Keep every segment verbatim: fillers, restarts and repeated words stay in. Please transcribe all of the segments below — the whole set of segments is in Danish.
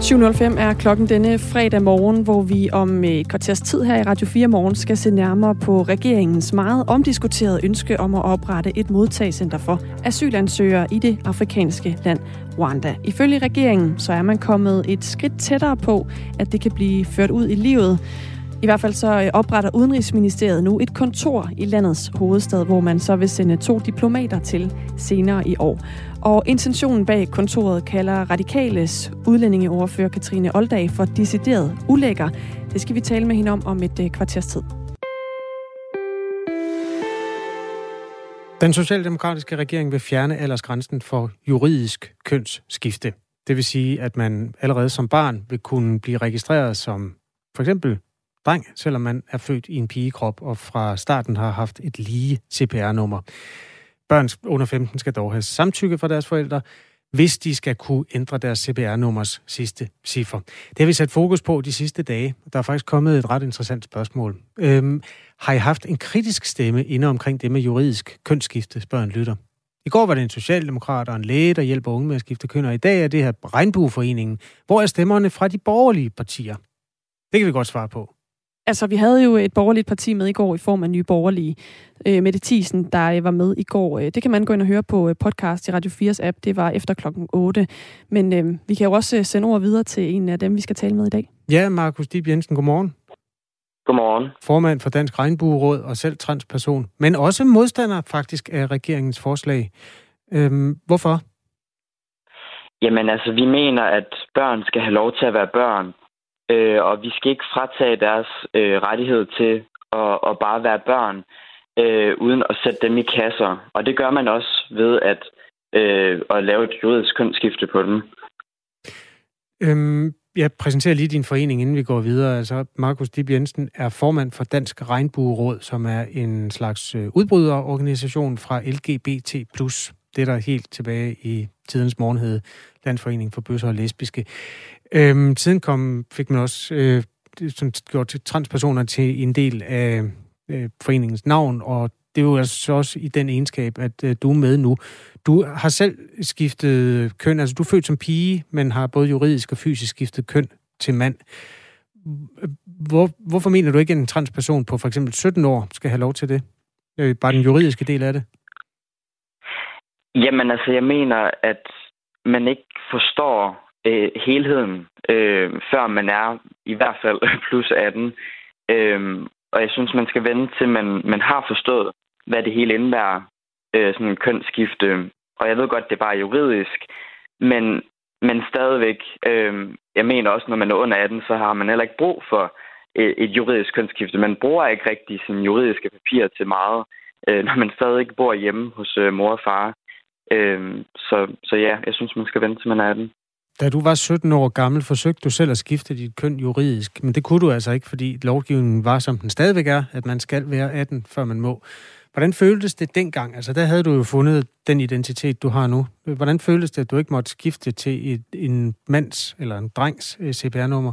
syv nul fem er klokken denne fredag morgen, hvor vi om et kvarters tid her i Radio fire Morgen skal se nærmere på regeringens meget omdiskuterede ønske om at oprette et modtagecenter for asylansøgere i det afrikanske land Rwanda. Ifølge regeringen så er man kommet et skridt tættere på, at det kan blive ført ud i livet. I hvert fald så opretter Udenrigsministeriet nu et kontor i landets hovedstad, hvor man så vil sende to diplomater til senere i år. Og intentionen bag kontoret kalder Radikales udlændingeordfører Kathrine Olldag for decideret ulækker. Det skal vi tale med hende om om et kvarters tid. Den socialdemokratiske regering vil fjerne aldersgrænsen for juridisk kønsskifte. Det vil sige, at man allerede som barn vil kunne blive registreret som for eksempel dreng, selvom man er født i en pigekrop og fra starten har haft et lige C P R-nummer. Børn under femten skal dog have samtykke fra deres forældre, hvis de skal kunne ændre deres C P R-nummers sidste cifre. Det har vi sat fokus på de sidste dage. Der er faktisk kommet et ret interessant spørgsmål. Øhm, har I haft en kritisk stemme inde omkring det med juridisk kønsskifte, spørger en lytter. I går var det en socialdemokrat og en læge, der hjælper unge med at skifte køn, og i dag er det her Regnbueforeningen. Hvor er stemmerne fra de borgerlige partier? Det kan vi godt svare på. Altså, vi havde jo et borgerligt parti med i går i form af Nye Borgerlige. Øh, Mette Thiesen, der var med i går. Det kan man gå ind og høre på podcast i Radio fires app. Det var efter klokken otte. Men øh, vi kan jo også sende ord videre til en af dem, vi skal tale med i dag. Ja, Markus Dib Jensen, godmorgen. Godmorgen. Formand for Dansk Regnbueråd og selv transperson, men også modstander faktisk af regeringens forslag. Øhm, hvorfor? Jamen altså, vi mener, at børn skal have lov til at være børn. Øh, og vi skal ikke fratage deres øh, rettighed til at, at bare være børn, øh, uden at sætte dem i kasser. Og det gør man også ved at, øh, at lave et juridisk kønsskifte på dem. Øhm, jeg præsenterer lige din forening, inden vi går videre. Altså, Markus Dib Jensen er formand for Dansk Regnbueråd, som er en slags udbryderorganisation fra L G B T plus. Det, der helt tilbage i tidens morgen hed Landsforening for bøsser og lesbiske. Øhm, siden kom, fik man også øh, gjort transpersoner til en del af øh, foreningens navn, og det er jo altså også i den egenskab, at øh, du er med nu. Du har selv skiftet køn, altså du er født som pige, men har både juridisk og fysisk skiftet køn til mand. Hvor, hvorfor mener du ikke, at en transperson på for eksempel sytten år skal have lov til det? Øh, bare den juridiske del af det? Jamen altså, jeg mener, at man ikke forstår øh, helheden, øh, før man er i hvert fald plus atten. Øh, og jeg synes, man skal vente til, man, man har forstået, hvad det hele indebærer, øh, sådan en kønsskifte. Og jeg ved godt, det er bare juridisk, men, men stadigvæk, øh, jeg mener også, når man er under atten, så har man heller ikke brug for øh, et juridisk kønsskifte. Man bruger ikke rigtig sine juridiske papirer til meget, øh, når man stadig ikke bor hjemme hos øh, mor og far. Øh, så, så ja, jeg synes, man skal vente til man er atten. Da du var sytten år gammel, forsøgte du selv at skifte dit køn juridisk, men det kunne du altså ikke, fordi lovgivningen var, som den stadigvæk er, at man skal være atten, før man må. Hvordan føltes det dengang? Altså, der havde du jo fundet den identitet, du har nu. Hvordan føltes det, at du ikke måtte skifte til et, en mands eller en drengs C P R-nummer?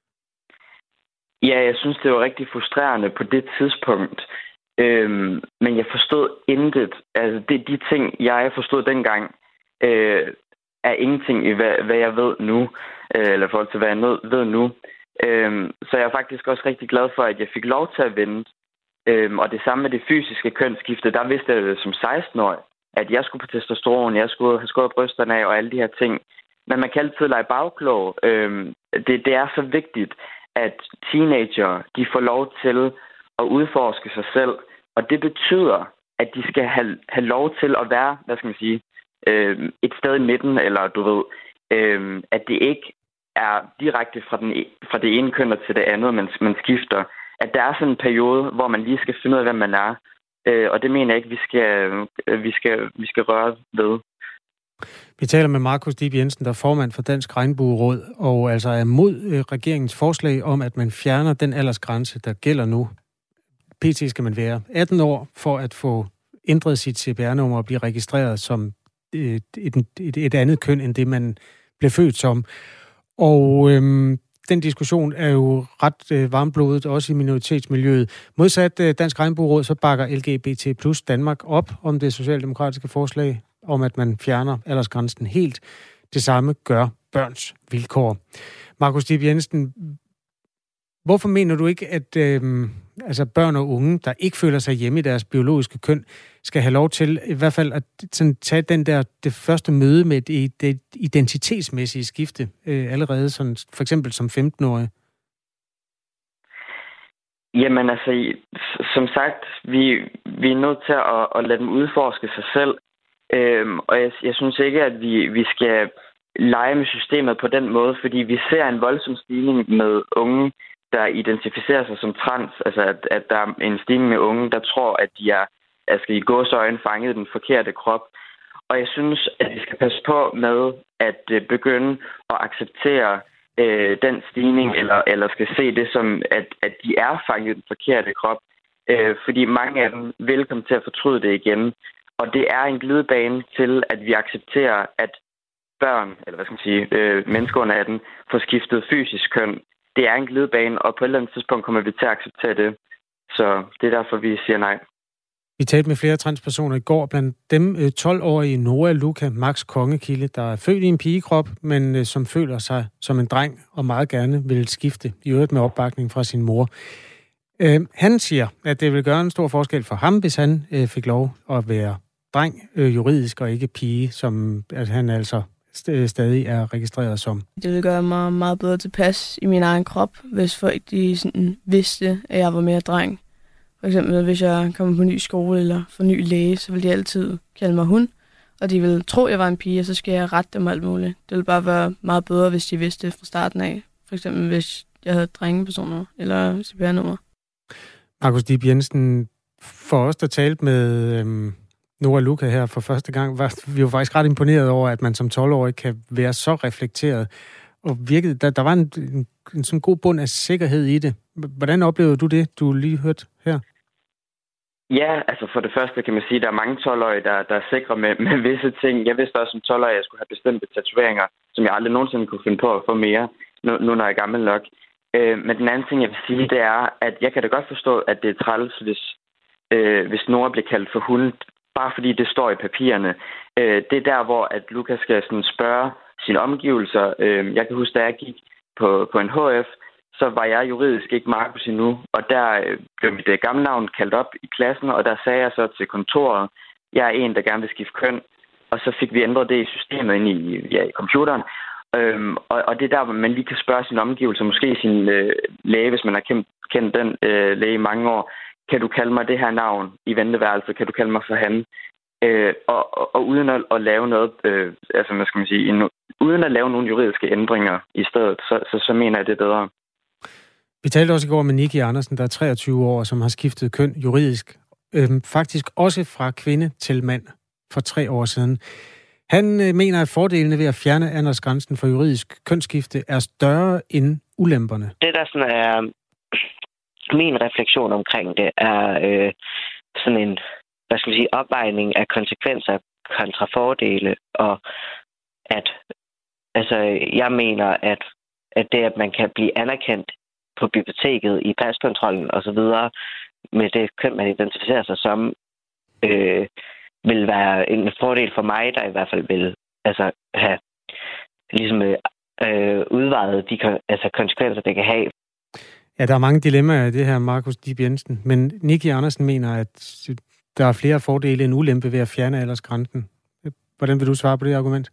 Ja, jeg synes, det var rigtig frustrerende på det tidspunkt. Øhm, men jeg forstod intet. Altså, det, de ting, jeg forstod dengang, øh, er ingenting i, hvad, hvad jeg ved nu, øh, eller i forhold til, hvad jeg ved nu. Øhm, så jeg er faktisk også rigtig glad for, at jeg fik lov til at vente. Øhm, og det samme med det fysiske kønsskifte, der vidste jeg som seksten-årig, at jeg skulle på testosteron, jeg skulle have skåret brysterne af og alle de her ting. Men man kan altid lege bagklog. Øhm, det, det er så vigtigt, at teenager, de får lov til at udforske sig selv. Og det betyder, at de skal have, have lov til at være, hvad skal man sige, øh, et sted i midten, eller du ved, øh, at det ikke er direkte fra, den, fra det ene køn til det andet, men man skifter. At der er sådan en periode, hvor man lige skal finde ud af, hvem man er. Øh, og det mener jeg ikke, vi skal, vi skal, vi skal røre ved. Vi taler med Markus Dib Jensen, der er formand for Dansk Regnbueråd, og altså er mod øh, regeringens forslag om, at man fjerner den aldersgrænse, der gælder nu. P T skal man være atten år for at få ændret sit C P R-nummer og blive registreret som et, et, et, et andet køn, end det man blev født som. Og øhm, den diskussion er jo ret øh, varmblodet, også i minoritetsmiljøet. Modsat øh, Dansk Regnbueråd, så bakker L G B T plus Danmark op om det socialdemokratiske forslag, om at man fjerner aldersgrænsen helt. Det samme gør børns vilkår. Markus Dib Jensen, hvorfor mener du ikke, at øh, altså børn og unge, der ikke føler sig hjemme i deres biologiske køn, skal have lov til i hvert fald at sådan, tage den der, det første møde med det, det identitetsmæssige skifte øh, allerede, sådan, for eksempel som femten-årig? Jamen altså, som sagt, vi, vi er nødt til at, at lade dem udforske sig selv. Øhm, og jeg, jeg synes ikke, at vi, vi skal lege med systemet på den måde, fordi vi ser en voldsom stigning med unge, der identificerer sig som trans. Altså, at, at der er en stigning med unge, der tror, at de er altså, i gåseøjne fanget i den forkerte krop. Og jeg synes, at vi skal passe på med at øh, begynde at acceptere øh, den stigning, eller, eller skal se det som, at, at de er fanget i den forkerte krop. Øh, fordi mange af dem vil komme til at fortryde det igen. Og det er en glidebane til, at vi accepterer, at børn, eller hvad skal man sige, øh, mennesker under atten, får skiftet fysisk køn. Det er en glidebane, og på et eller andet tidspunkt kommer vi til at acceptere det. Så det er derfor, vi siger nej. Vi talte med flere transpersoner i går, blandt dem tolv-årige Noah Luca Max Kongekilde, der er født i en pigekrop, men som føler sig som en dreng og meget gerne vil skifte, i øvrigt med opbakning fra sin mor. Øh, han siger, at det vil gøre en stor forskel for ham, hvis han øh, fik lov at være dreng øh, juridisk og ikke pige, som at han altså st- stadig er registreret som. Det ville gøre mig meget bedre tilpas i min egen krop, hvis folk de sådan vidste, at jeg var mere dreng. For eksempel, hvis jeg kommer på ny skole eller får ny læge, så vil de altid kalde mig hun. Og de vil tro, at jeg var en pige, og så skal jeg rette dem alt muligt. Det ville bare være meget bedre, hvis de vidste det fra starten af. For eksempel, hvis jeg havde drengepersoner eller C P R-nummer. Markus Dib Jensen, for os, der talte med øhm, Noah Luca her for første gang, var vi jo faktisk ret imponeret over, at man som tolv-årig kan være så reflekteret. Og virkede, der, der var en, en, en sådan god bund af sikkerhed i det. Hvordan oplevede du det, du lige hørte her? Ja, altså for det første kan man sige, at der er mange tolv-årige, der, der er sikre med, med visse ting. Jeg vidste også som tolv-årig, at jeg skulle have bestemte tatoveringer, som jeg aldrig nogensinde kunne finde på at få mere, nu, nu når jeg er gammel nok. Øh, men den anden ting, jeg vil sige, det er, at jeg kan da godt forstå, at det er træls, hvis, øh, hvis nogen bliver kaldt for hund, bare fordi det står i papirerne. Øh, det er der, hvor at Lukas skal sådan spørge sine omgivelser. Øh, jeg kan huske, da jeg gik på, på en H F, så var jeg juridisk ikke Markus endnu, og der blev mit gamle navn kaldt op i klassen, og der sagde jeg så til kontoret, jeg er en, der gerne vil skifte køn, og så fik vi ændret det i systemet inde i, ja, i computeren, øhm, og, og det er der, hvor man lige kan spørge sine omgivelser, måske sin øh, læge, hvis man har kendt, kendt den øh, læge i mange år, kan du kalde mig det her navn i venteværelset, kan du kalde mig for han? Øh, og, og, og uden at, at lave noget, øh, altså hvad skal man sige, en, uden at lave nogle juridiske ændringer i stedet, så, så, så mener jeg, det er bedre. Vi talte også i går med Nikki Andersen, der er treogtyve år, som har skiftet køn juridisk. Øhm, faktisk også fra kvinde til mand for tre år siden. Han øh, mener, at fordelene ved at fjerne aldersgrænsen for juridisk kønsskifte er større end ulemperne. Det, der sådan er min refleksion omkring det, er øh, sådan en, hvad skal vi sige, opvejning af konsekvenser kontra fordele, og at altså, jeg mener, at, at det, at man kan blive anerkendt på biblioteket, i paskontrollen og så videre, med det køn, man identificerer sig som, øh, vil være en fordel for mig, der i hvert fald vil altså, have ligesom, øh, udvejet de altså, konsekvenser, det kan have. Ja, der er mange dilemmaer i det her, Markus Dib Jensen, men Nikki Andersen mener, at der er flere fordele end ulempe ved at fjerne aldersgrænsen. Hvordan vil du svare på det argument?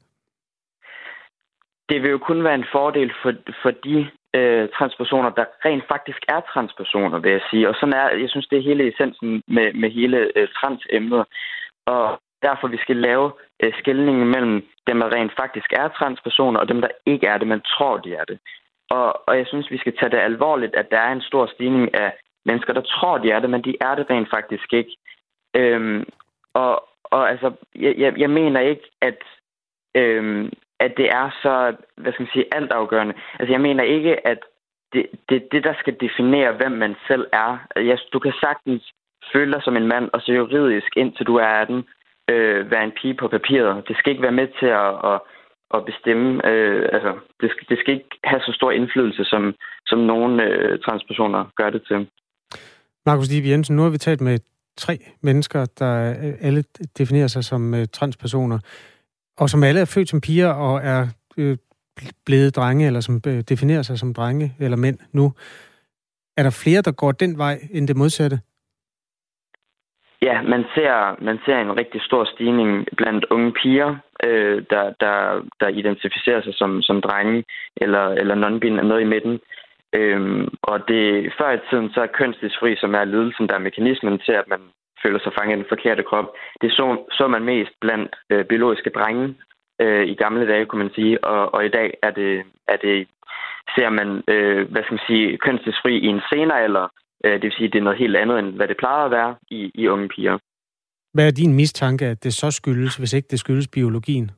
Det vil jo kun være en fordel for, for de øh, transpersoner, der rent faktisk er transpersoner, vil jeg sige. Og sådan er, jeg synes, det er hele essensen med, med hele øh, transemnet. Og derfor vi skal lave øh, skelningen mellem dem, der rent faktisk er transpersoner, og dem, der ikke er det, man tror, de er det. Og, og jeg synes, vi skal tage det alvorligt, at der er en stor stigning af mennesker, der tror, de er det, men de er det rent faktisk ikke. Øhm, og, og altså, jeg, jeg, jeg mener ikke, at... Øhm, at det er så, hvad skal man sige, altafgørende. Altså, jeg mener ikke, at det er det, det, der skal definere, hvem man selv er. Jeg, du kan sagtens føle dig som en mand, og så juridisk, indtil du er atten, øh, være en pige på papiret. Det skal ikke være med til at, at, at bestemme. Øh, altså, det skal, det skal ikke have så stor indflydelse, som, som nogle øh, transpersoner gør det til. Markus Dib Jensen, nu har vi talt med tre mennesker, der alle definerer sig som øh, transpersoner, og som alle er født som piger og er øh, blevet drenge, eller som definerer sig som drenge eller mænd nu. Er der flere, der går den vej, end det modsatte? Ja, man ser, man ser en rigtig stor stigning blandt unge piger, øh, der, der, der identificerer sig som, som drenge eller, eller non-binære, noget i midten. Øhm, og det, før i tiden, så er kønsdysfori, som er lidelsen, der er mekanismen til, at man føler sig fanget i den forkerte krop. Det så, så man mest blandt øh, biologiske drenge øh, i gamle dage, kunne man sige. Og, og i dag er det, er det, ser man øh, hvad skal man sige, kønsdysfori i en senere alder. Øh, det vil sige, at det er noget helt andet, end hvad det plejer at være i, i unge piger. Hvad er din mistanke, at det så skyldes, hvis ikke det skyldes biologien?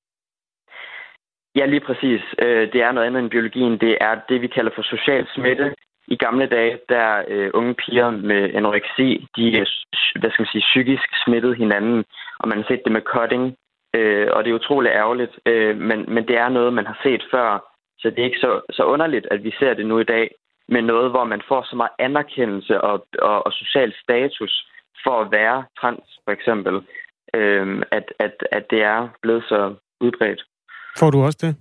Ja, lige præcis. Det er noget andet end biologien. Det er det, vi kalder for social smitte. I gamle dage, der uh, unge piger med anoreksi, de er, hvad skal man sige, psykisk smittet hinanden, og man har set det med cutting, uh, og det er utroligt ærgerligt, uh, men, men det er noget, man har set før, så det er ikke så, så underligt, at vi ser det nu i dag, med noget, hvor man får så meget anerkendelse og, og, og social status for at være trans, for eksempel, uh, at, at, at det er blevet så udbredt. Får du også det?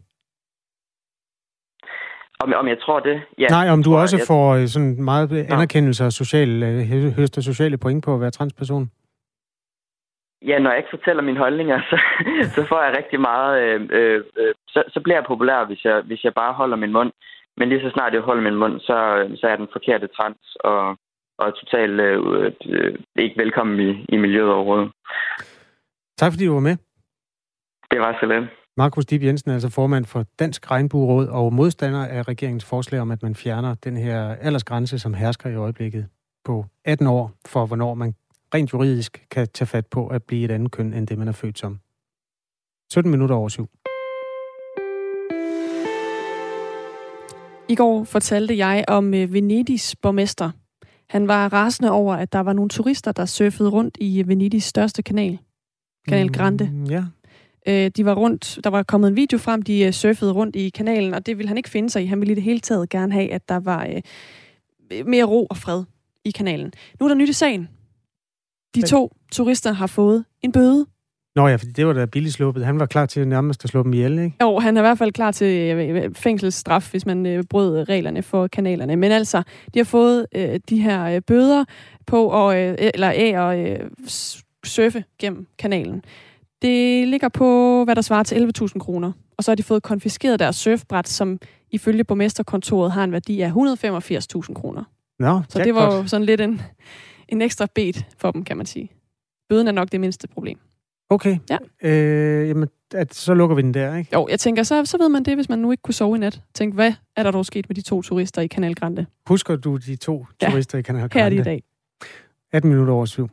Om, om jeg tror det? Ja. Nej, om du tror, også jeg... får sådan meget anerkendelse og social, høster sociale point på at være transperson? Ja, når jeg ikke fortæller mine holdninger, så, så får jeg rigtig meget... Øh, øh, så, så bliver jeg populær, hvis jeg, hvis jeg bare holder min mund. Men lige så snart jeg holder min mund, så, så er jeg den forkerte trans og, og totalt øh, øh, ikke velkommen i, i miljøet overhovedet. Tak fordi du var med. Det var så lidt. Markus Dib Jensen er altså formand for Dansk Regnbueråd og modstander af regeringens forslag om, at man fjerner den her aldersgrænse, som hersker i øjeblikket på atten år, for hvornår man rent juridisk kan tage fat på at blive et andet køn, end det man er født som. sytten minutter over syv. I går fortalte jeg om Venedigs borgmester. Han var rasende over, at der var nogle turister, der surfede rundt i Venedigs største kanal. Kanal Grande. Mm, ja. De var rundt, der var kommet en video frem, de surfede rundt i kanalen, og det ville han ikke finde sig i. Han ville i det hele taget gerne have, at der var øh, mere ro og fred i kanalen. Nu er der nyt i sagen. De to turister har fået en bøde. Nå ja, fordi det var da billigt sluppet. Han var klar til nærmest at slå dem ihjel, ikke? Jo, han er i hvert fald klar til fængselsstraf, hvis man øh, brød reglerne for kanalerne. Men altså, de har fået øh, de her øh, bøder på, og, øh, eller af at øh, surfe gennem kanalen. Det ligger på, hvad der svarer til elleve tusind kroner. Og så har de fået konfiskeret deres surfbræt, som ifølge borgmesterkontoret har en værdi af et hundrede og femogfirs tusind kroner. Nå, så det var jo sådan lidt en, en ekstra bet for dem, kan man sige. Bøden er nok det mindste problem. Okay. Ja. Øh, jamen, at, så lukker vi den der, ikke? Jo, jeg tænker, så, så ved man det, hvis man nu ikke kunne sove i nat. Tænk, hvad er der dog sket med de to turister i Canal Grande? Husker du de to ja. turister i Canal Grande? Her er de i dag. atten minutter over syv.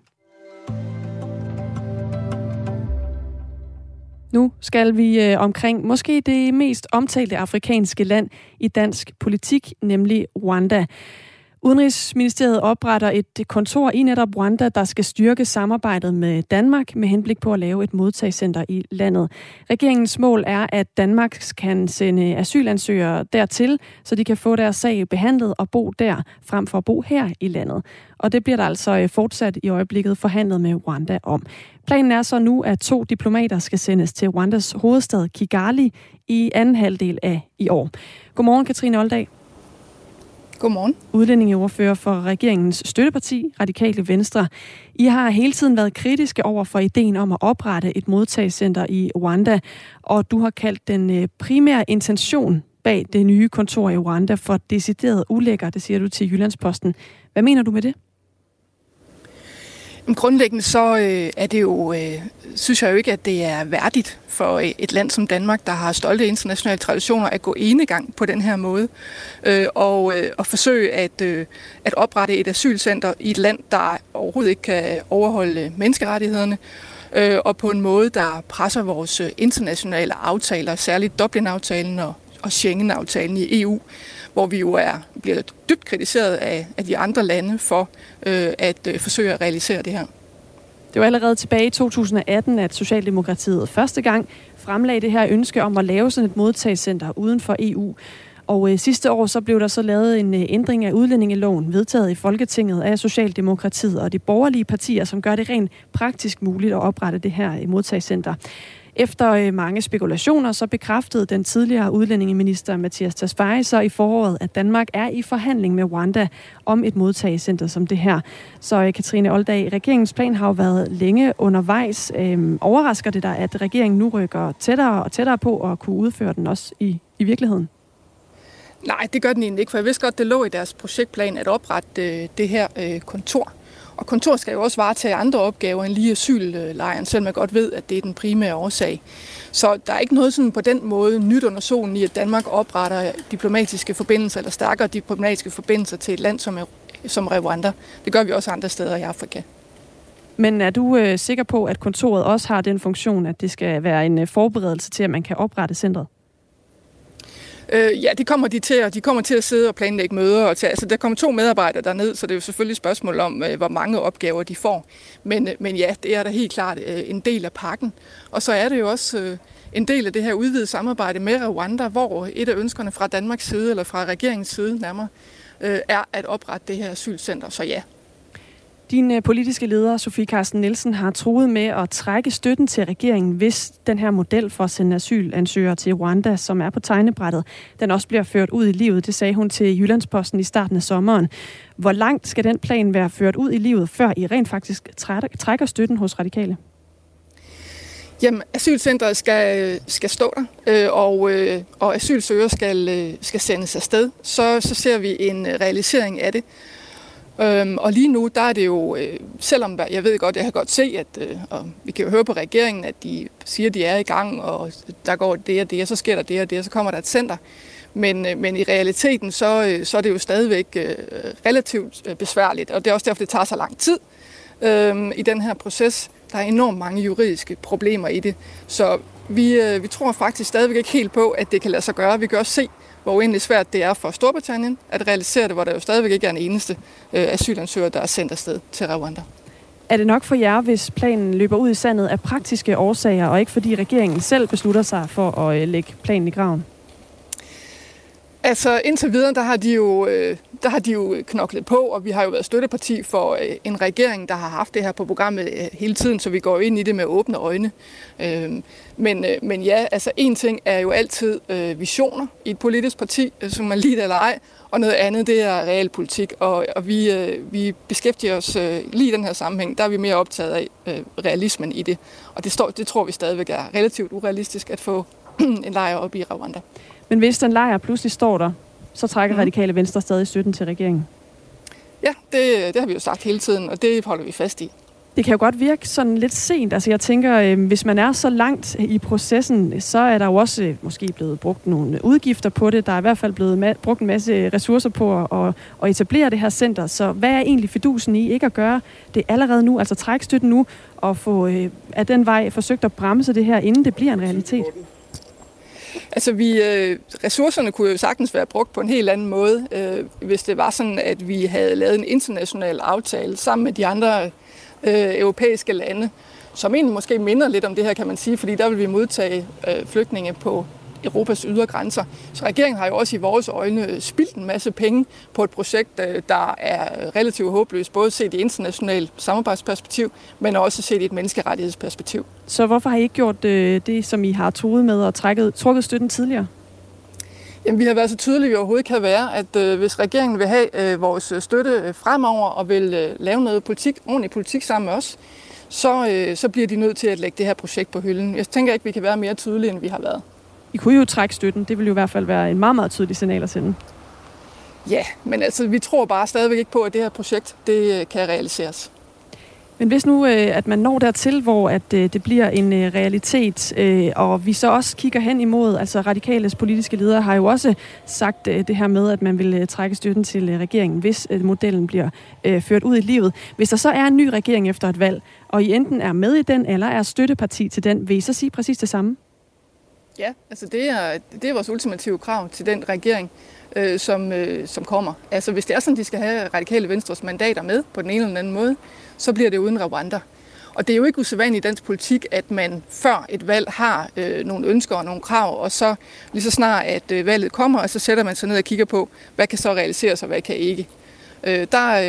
Nu skal vi øh, omkring måske det mest omtalte afrikanske land i dansk politik, nemlig Rwanda. Udenrigsministeriet opretter et kontor i netop Rwanda, der skal styrke samarbejdet med Danmark med henblik på at lave et modtagscenter i landet. Regeringens mål er, at Danmark kan sende asylansøgere dertil, så de kan få deres sag behandlet og bo der, frem for at bo her i landet. Og det bliver der altså fortsat i øjeblikket forhandlet med Rwanda om. Planen er så nu, at to diplomater skal sendes til Rwandas hovedstad Kigali i anden halvdel af i år. Godmorgen, Katrine Olldag. Godmorgen. Udlændingeordfører for regeringens støtteparti, Radikale Venstre. I har hele tiden været kritiske over for ideen om at oprette et modtagscenter i Rwanda, og du har kaldt den primære intention bag det nye kontor i Rwanda for decideret ulækker, det siger du til Jyllandsposten. Hvad mener du med det? Grundlæggende så øh, er det jo, øh, synes jeg jo ikke, at det er værdigt for øh, et land som Danmark, der har stolte internationale traditioner, at gå enegang på den her måde øh, og, øh, og forsøge at, øh, at oprette et asylcenter i et land, der overhovedet ikke kan overholde menneskerettighederne øh, og på en måde, der presser vores internationale aftaler, særligt Dublin-aftalen og, og Schengen-aftalen i E U, hvor vi jo er, bliver dybt kritiseret af, af de andre lande for øh, at øh, forsøge at realisere det her. Det var allerede tilbage i to tusind og atten, at Socialdemokratiet første gang fremlagde det her ønske om at lave sådan et modtagscenter uden for E U. Og øh, sidste år så blev der så lavet en øh, ændring af udlændingeloven, vedtaget i Folketinget af Socialdemokratiet og de borgerlige partier, som gør det rent praktisk muligt at oprette det her øh, modtagscenter. Efter mange spekulationer, så bekræftede den tidligere udlændingeminister Mattias Tesfaye så i foråret, at Danmark er i forhandling med Rwanda om et modtagecenter som det her. Så Katrine Olldag, regeringens plan har jo været længe undervejs. Øhm, overrasker det dig, at regeringen nu rykker tættere og tættere på at kunne udføre den også i, i virkeligheden? Nej, det gør den egentlig ikke, for jeg vidste godt, det lå i deres projektplan at oprette øh, det her øh, kontor. Og kontor skal jo også varetage andre opgaver end lige asyllejren, selvom man godt ved, at det er den primære årsag. Så der er ikke noget sådan på den måde nyt under solen i, at Danmark opretter diplomatiske forbindelser eller stærkere diplomatiske forbindelser til et land som, som Rwanda. Det gør vi også andre steder i Afrika. Men er du øh, sikker på, at kontoret også har den funktion, at det skal være en øh, forberedelse til, at man kan oprette centret? Øh, ja, det kommer de til, og de kommer til at sidde og planlægge møder. Og til, altså, der kommer to medarbejdere derned, så det er jo selvfølgelig et spørgsmål om, øh, hvor mange opgaver de får. Men, øh, men ja, det er da helt klart øh, en del af pakken. Og så er det jo også øh, en del af det her udvidede samarbejde med Rwanda, hvor et af ønskerne fra Danmarks side, eller fra regeringens side nærmere, øh, er at oprette det her asylcenter. Så ja. Din politiske leder, Sofie Carsten Nielsen, har truet med at trække støtten til regeringen, hvis den her model for at sende asylansøgere til Rwanda, som er på tegnebrættet, den også bliver ført ud i livet. Det sagde hun til Jyllandsposten i starten af sommeren. Hvor langt skal den plan være ført ud i livet, før I rent faktisk trækker støtten hos Radikale? Jamen, asylcentret skal, skal stå der, øh, og, øh, og asylsøgere skal, øh, skal sendes afsted. Så, så ser vi en realisering af det. Øhm, og lige nu, der er det jo, øh, selvom jeg ved godt, jeg kan godt se, at øh, og vi kan jo høre på regeringen, at de siger, at de er i gang, og der går det og det, og så sker der det og det, og så kommer der et center. Men, øh, men i realiteten, så, øh, så er det jo stadigvæk øh, relativt øh, besværligt, og det er også derfor, det tager så lang tid øh, i den her proces. Der er enormt mange juridiske problemer i det, så vi, øh, vi tror faktisk stadigvæk ikke helt på, at det kan lade sig gøre. Vi kan også se, hvor uendelig svært det er for Storbritannien at realisere det, hvor der jo stadigvæk ikke er en eneste øh, asylansøger, der er sendt afsted til Rwanda. Er det nok for jer, hvis planen løber ud i sandet af praktiske årsager, og ikke fordi regeringen selv beslutter sig for at øh, lægge planen i graven? Altså indtil videre, der har de jo, øh, der har de jo knoklet på, og vi har jo været støtteparti for øh, en regering, der har haft det her på programmet øh, hele tiden, så vi går ind i det med åbne øjne. Øh, men, øh, men ja, altså en ting er jo altid øh, visioner i et politisk parti, øh, som man lider eller ej, og noget andet, det er realpolitik, og, og vi, øh, vi beskæftiger os øh, lige i den her sammenhæng, der er vi mere optaget af øh, realismen i det, og det, står, det tror vi stadigvæk er relativt urealistisk at få en lejr op i Rwanda. Men hvis den lejr pludselig står der, så trækker mm. Radikale Venstre stadig støtten til regeringen? Ja, det, det har vi jo sagt hele tiden, og det holder vi fast i. Det kan jo godt virke sådan lidt sent. Altså jeg tænker, øh, hvis man er så langt i processen, så er der jo også øh, måske blevet brugt nogle udgifter på det. Der er i hvert fald blevet ma- brugt en masse ressourcer på at, at etablere det her center. Så hvad er egentlig fidusen i ikke at gøre det allerede nu, altså trække støtten nu, og få øh, af den vej forsøgt at bremse det her, inden det bliver en realitet? Altså, vi, øh, ressourcerne kunne jo sagtens være brugt på en helt anden måde, øh, hvis det var sådan, at vi havde lavet en international aftale sammen med de andre øh, europæiske lande, som egentlig måske minder lidt om det her, kan man sige, fordi der vil vi modtage øh, flygtninge på Europas ydre grænser. Så regeringen har jo også i vores øjne spildt en masse penge på et projekt, der er relativt håbløst, både set i internationalt samarbejdsperspektiv, men også set i et menneskerettighedsperspektiv. Så hvorfor har I ikke gjort øh, det, som I har truet med og trækket, trukket støtten tidligere? Jamen, vi har været så tydelige, vi overhovedet kan være, at øh, hvis regeringen vil have øh, vores støtte fremover og vil øh, lave noget politik, ordentlig politik sammen med os, så, øh, så bliver de nødt til at lægge det her projekt på hylden. Jeg tænker ikke, vi kan være mere tydelige, end vi har været. I kunne jo trække støtten. Det ville jo i hvert fald være en meget, meget tydelig signal at sende. Ja, men altså, vi tror bare stadigvæk ikke på, at det her projekt, det kan realiseres. Men hvis nu, at man når dertil, hvor at det bliver en realitet, og vi så også kigger hen imod, altså Radikales politiske ledere har jo også sagt det her med, at man vil trække støtten til regeringen, hvis modellen bliver ført ud i livet. Hvis der så er en ny regering efter et valg, og I enten er med i den, eller er støtteparti til den, vil I så sige præcis det samme? Ja, altså det er, det er vores ultimative krav til den regering, øh, som, øh, som kommer. Altså hvis det er sådan, de skal have Radikale Venstres mandater med på den ene eller den anden måde, så bliver det uden Rwanda. Og det er jo ikke usædvanligt i dansk politik, at man før et valg har øh, nogle ønsker og nogle krav, og så lige så snart, at øh, valget kommer, og så sætter man sig ned og kigger på, hvad kan så realiseres og hvad kan ikke. Øh, der, øh, det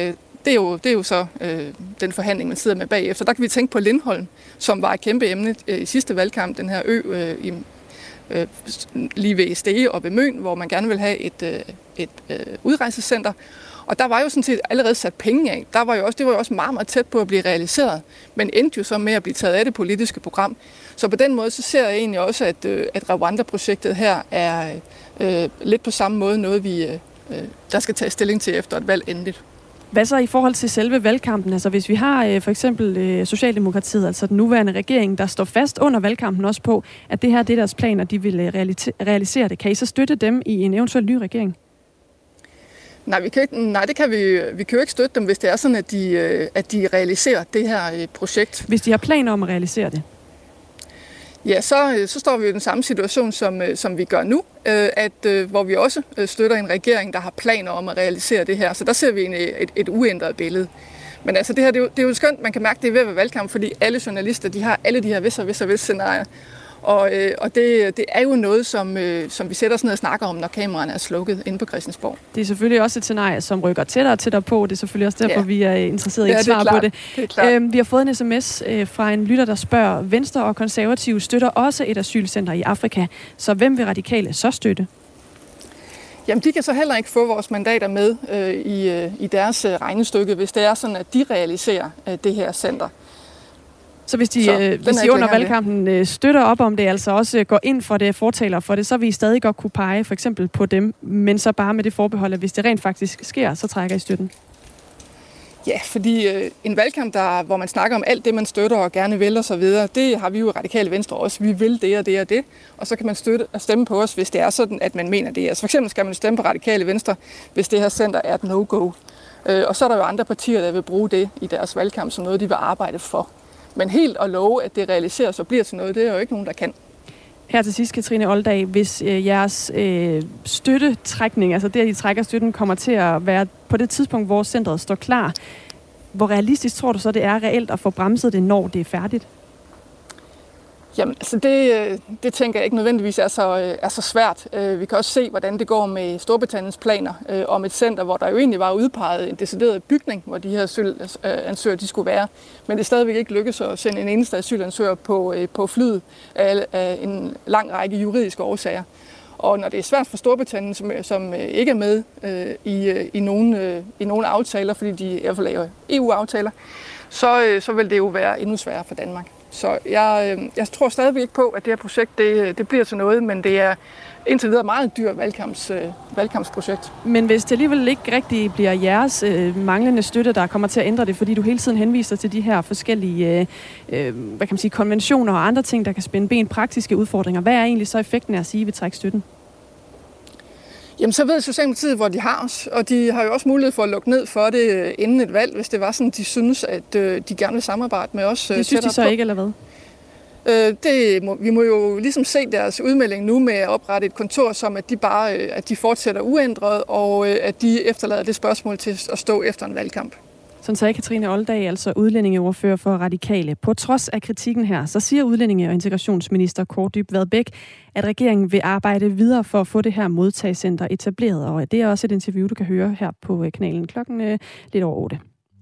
det, er jo, det er jo så øh, den forhandling, man sidder med bagefter. Der kan vi tænke på Lindholm, som var et kæmpe emne øh, i sidste valgkamp, den her ø øh, i, øh, lige ved Stege og ved Møn, hvor man gerne vil have et, øh, et øh, udrejsecenter. Og der var jo sådan set allerede sat penge af. Der var jo også, det var jo også meget, meget tæt på at blive realiseret, men endte jo så med at blive taget af det politiske program. Så på den måde, så ser jeg egentlig også, at, at Rwanda-projektet her er øh, lidt på samme måde noget, vi, øh, der skal tage stilling til efter et valg endeligt. Hvad så i forhold til selve valgkampen? Altså hvis vi har øh, for eksempel øh, Socialdemokratiet, altså den nuværende regering, der står fast under valgkampen også på, at det her det er deres planer, de vil øh, realisere det. Kan I så støtte dem i en eventuel ny regering? Nej, vi kan ikke, nej, det kan vi, vi kan jo ikke støtte dem, hvis det er sådan, at de, at de realiserer det her projekt. Hvis de har planer om at realisere det? Ja, så, så står vi i den samme situation, som, som vi gør nu, at, hvor vi også støtter en regering, der har planer om at realisere det her. Så der ser vi en, et, et uændret billede. Men altså, det her det er, jo, det er jo skønt, man kan mærke, det er ved at være valgkamp, fordi alle journalister, de har alle de her hvis og hvis og hvis scenarier. Og, øh, og det, det er jo noget, som, øh, som vi sætter os ned og snakker om, når kameraerne er slukket inde på Christiansborg. Det er selvfølgelig også et scenarie, som rykker tættere og tættere på. Det er selvfølgelig også derfor, ja. vi er interesseret i et ja, svar på det. det øhm, vi har fået en sms øh, fra en lytter, der spørger, Venstre og Konservative støtter også et asylcenter i Afrika. Så hvem vil Radikale så støtte? Jamen, de kan så heller ikke få vores mandater med øh, i, øh, i deres øh, regnestykke, hvis det er sådan, at de realiserer øh, det her center. Så hvis de, så, øh, hvis de under valgkampen øh, støtter op om det, altså også øh, går ind for det, fortaler for det, så vil I stadig godt kunne pege for eksempel på dem, men så bare med det forbehold, at hvis det rent faktisk sker, så trækker I støtten? Ja, fordi øh, en valgkamp, der, hvor man snakker om alt det, man støtter og gerne vil og så videre, det har vi jo i Radikale Venstre også. Vi vil det og det og det, og så kan man støtte og stemme på os, hvis det er sådan, at man mener det. Altså for eksempel skal man stemme på Radikale Venstre, hvis det her center er et no-go. Øh, og så er der jo andre partier, der vil bruge det i deres valgkamp som noget, de vil arbejde for. Men helt at love, at det realiseres og bliver til noget, det er jo ikke nogen, der kan. Her til sidst, Katrine Olldag, hvis øh, jeres øh, støttetrækning, altså det, at I trækker støtten, kommer til at være på det tidspunkt, hvor centret står klar, hvor realistisk tror du så, det er reelt at få bremset det, når det er færdigt? Jamen, altså det, det tænker jeg ikke nødvendigvis er så, er så svært. Vi kan også se, hvordan det går med Storbritanniens planer øh, om et center, hvor der jo egentlig var udpeget en decideret bygning, hvor de her asylansøgere de skulle være. Men det er stadigvæk ikke lykkedes at sende en eneste asylansøger på, øh, på flyet af, af en lang række juridiske årsager. Og når det er svært for Storbritannien, som, som ikke er med øh, i, i, nogle, øh, i nogle aftaler, fordi de i hvert fald laver E U-aftaler, så, øh, så vil det jo være endnu sværere for Danmark. Så jeg, jeg tror stadigvæk ikke på, at det her projekt det, det bliver til noget, men det er indtil videre meget dyrt valgkamps, valgkampsprojekt. Men hvis det alligevel ikke rigtig bliver jeres øh, manglende støtte, der kommer til at ændre det, fordi du hele tiden henviser til de her forskellige øh, hvad kan man sige, konventioner og andre ting, der kan spænde ben, praktiske udfordringer, hvad er egentlig så effekten af at sige, at vi trækker støtten? Jamen, så ved Socialdemokratiet, hvor de har os, og de har jo også mulighed for at lukke ned for det inden et valg, hvis det var sådan, de synes, at øh, de gerne vil samarbejde med os. Det synes de så på. Ikke, eller hvad? Øh, det må, vi må jo ligesom se deres udmelding nu med at oprette et kontor, som at de bare øh, at de fortsætter uændret, og øh, at de efterlader det spørgsmål til at stå efter en valgkamp. Sådan sagde Katrine Olldag, altså udlændingeordfører for Radikale. På trods af kritikken her, så siger udlændinge- og integrationsminister Kaare Dybvad Bek, at regeringen vil arbejde videre for at få det her modtagscenter etableret. Og det er også et interview, du kan høre her på kanalen klokken øh, lidt over otte.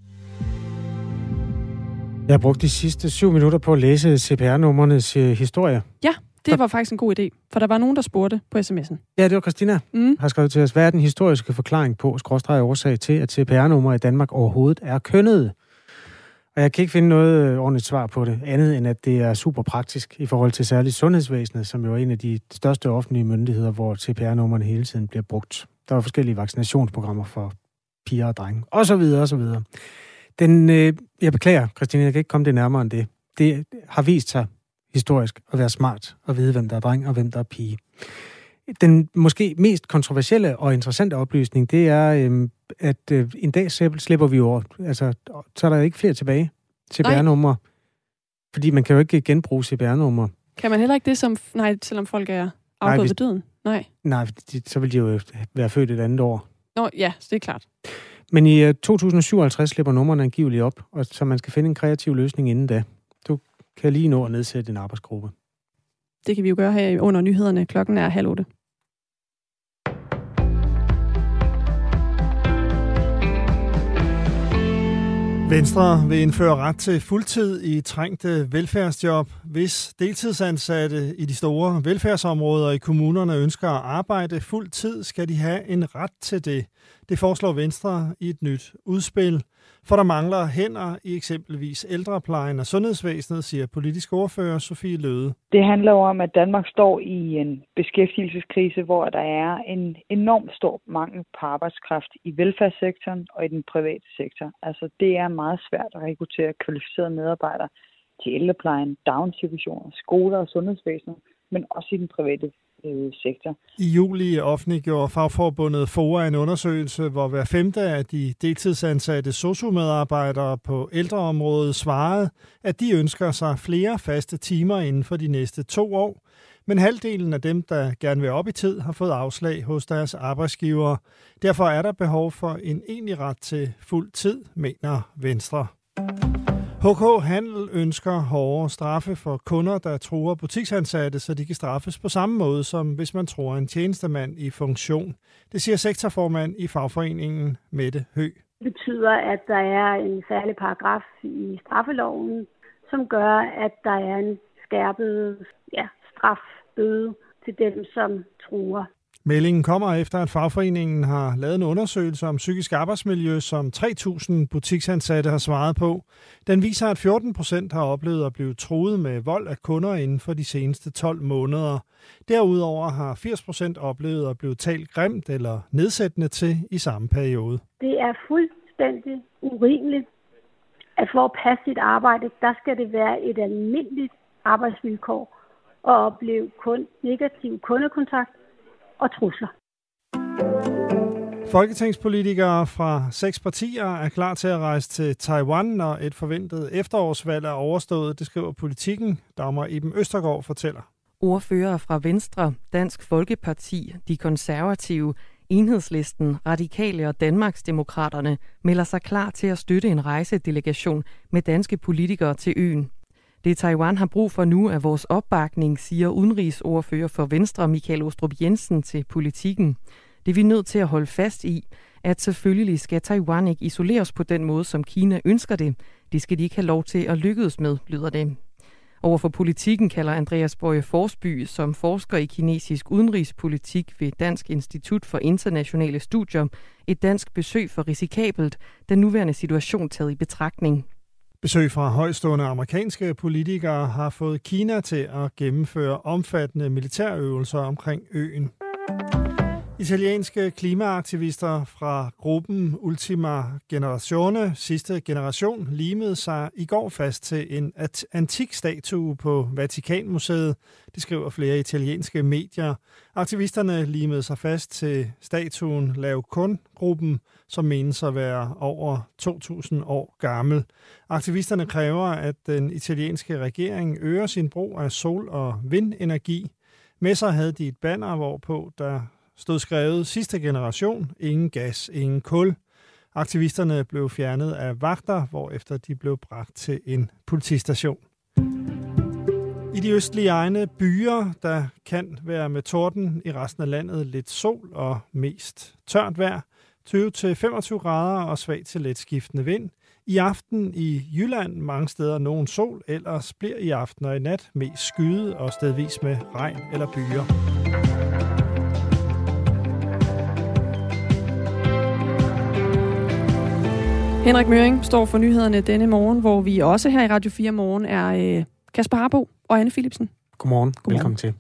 Jeg har brugt de sidste syv minutter på at læse C P R-nummernes øh, historie. Ja, det var faktisk en god idé, for der var nogen, der spurgte på sms'en. Ja, det var Christina, mm. har skrevet til os, hvad er den historiske forklaring på, skråstreg årsag til, at C P R-numre i Danmark overhovedet er kønnede? Og jeg kan ikke finde noget ordentligt svar på det, andet end at det er super praktisk i forhold til særligt sundhedsvæsenet, som jo er en af de største offentlige myndigheder, hvor C P R-numrene hele tiden bliver brugt. Der var forskellige vaccinationsprogrammer for piger og drenge, og så videre, og så videre. Den, øh, jeg beklager, Christina, jeg kan ikke komme det nærmere end det. Det har vist sig historisk at være smart at vide, hvem der er dreng og hvem der er pige. Den måske mest kontroversielle og interessante oplysning, det er, øh, at øh, en dag slipper vi over. Altså, så er der ikke flere tilbage. C P R-numre. Fordi man kan jo ikke genbruge C P R-numre. Kan man heller ikke det, som, nej, selvom folk er afgået ved døden? Nej. Nej, så vil de jo være født et andet år. Nå, ja, det er klart. Men i to tusind syvoghalvtreds slipper numrene angiveligt op, og så man skal finde en kreativ løsning inden da. Du kan lige nå at nedsætte en arbejdsgruppe. Det kan vi jo gøre her under nyhederne. Klokken er halv otte. Venstre vil indføre ret til fuldtid i trængte velfærdsjob. Hvis deltidsansatte i de store velfærdsområder i kommunerne ønsker at arbejde fuld tid, skal de have en ret til det. Det foreslår Venstre i et nyt udspil. For der mangler hænder i eksempelvis ældreplejen og sundhedsvæsenet, siger politisk ordfører Sofie Løde. Det handler jo om, at Danmark står i en beskæftigelseskrise, hvor der er en enormt stor mangel på arbejdskraft i velfærdssektoren og i den private sektor. Altså det er meget svært at rekruttere kvalificerede medarbejdere til ældreplejen, daginstitutioner, skoler og sundhedsvæsenet, men også i den private sektor. I juli offentliggjorde fagforbundet FOA en undersøgelse, hvor hver femte af de deltidsansatte sosu-medarbejdere på ældreområdet svarede, at de ønsker sig flere faste timer inden for de næste to år. Men halvdelen af dem, der gerne vil op i tid, har fået afslag hos deres arbejdsgivere. Derfor er der behov for en egentlig ret til fuld tid, mener Venstre. H K Handel ønsker hårdere straffe for kunder, der truer butiksansatte, så de kan straffes på samme måde, som hvis man truer en tjenestemand i funktion. Det siger sektorformand i fagforeningen Mette Høgh. Det betyder, at der er en særlig paragraf i straffeloven, som gør, at der er en skærpet ja, strafbøde til dem, som truer. Meldingen kommer efter, at fagforeningen har lavet en undersøgelse om psykisk arbejdsmiljø, som tre tusind butiksansatte har svaret på. Den viser, at fjorten procent har oplevet at blive truet med vold af kunder inden for de seneste tolv måneder. Derudover har firs procent oplevet at blive talt grimt eller nedsættende til i samme periode. Det er fuldstændig urimeligt, at for at passe sit arbejde, der skal det være et almindeligt arbejdsvilkår og opleve kun negativ kundekontakt og trusler. Folketingspolitikere fra seks partier er klar til at rejse til Taiwan, når et forventet efterårsvalg er overstået, det skriver Politikken. Dagmar Iben Østergaard fortæller. Ordfører fra Venstre, Dansk Folkeparti, De Konservative, Enhedslisten, Radikale og Danmarksdemokraterne melder sig klar til at støtte en rejsedelegation med danske politikere til øen. Det Taiwan har brug for nu er vores opbakning, siger udenrigsordfører for Venstre Michael Aastrup Jensen til Politikken. Det er vi nødt til at holde fast i, at selvfølgelig skal Taiwan ikke isoleres på den måde, som Kina ønsker det. Det skal de ikke have lov til at lykkes med, lyder det. Overfor Politikken kalder Andreas Boye Forsby, som forsker i kinesisk udenrigspolitik ved Dansk Institut for Internationale Studier, et dansk besøg for risikabelt, den nuværende situation taget i betragtning. Besøg fra højstående amerikanske politikere har fået Kina til at gennemføre omfattende militærøvelser omkring øen. Italienske klimaaktivister fra gruppen Ultima Generazione, sidste generation, limede sig i går fast til en antik statue på Vatikanmuseet. Det skriver flere italienske medier. Aktivisterne limede sig fast til statuen Lav Kun-gruppen, som menes at være over to tusind år gammel. Aktivisterne kræver, at den italienske regering øger sin brug af sol- og vindenergi. Med sig havde de et banner, hvorpå der stod skrevet sidste generation, ingen gas, ingen kul. Aktivisterne blev fjernet af vagter, hvorefter de blev bragt til en politistation. I de østlige egne byer, der kan være med torden, i resten af landet lidt sol og mest tørt vejr. tyve til femogtyve grader og svag til let skiftende vind. I aften i Jylland mange steder nogen sol, ellers bliver i aften og i nat mest skyet og stedvis med regn eller byer. Henrik Møring står for nyhederne denne morgen, hvor vi også her i Radio fire Morgen er øh, Kasper Harbo og Anne Philipsen. Godmorgen. Godmorgen. Velkommen til.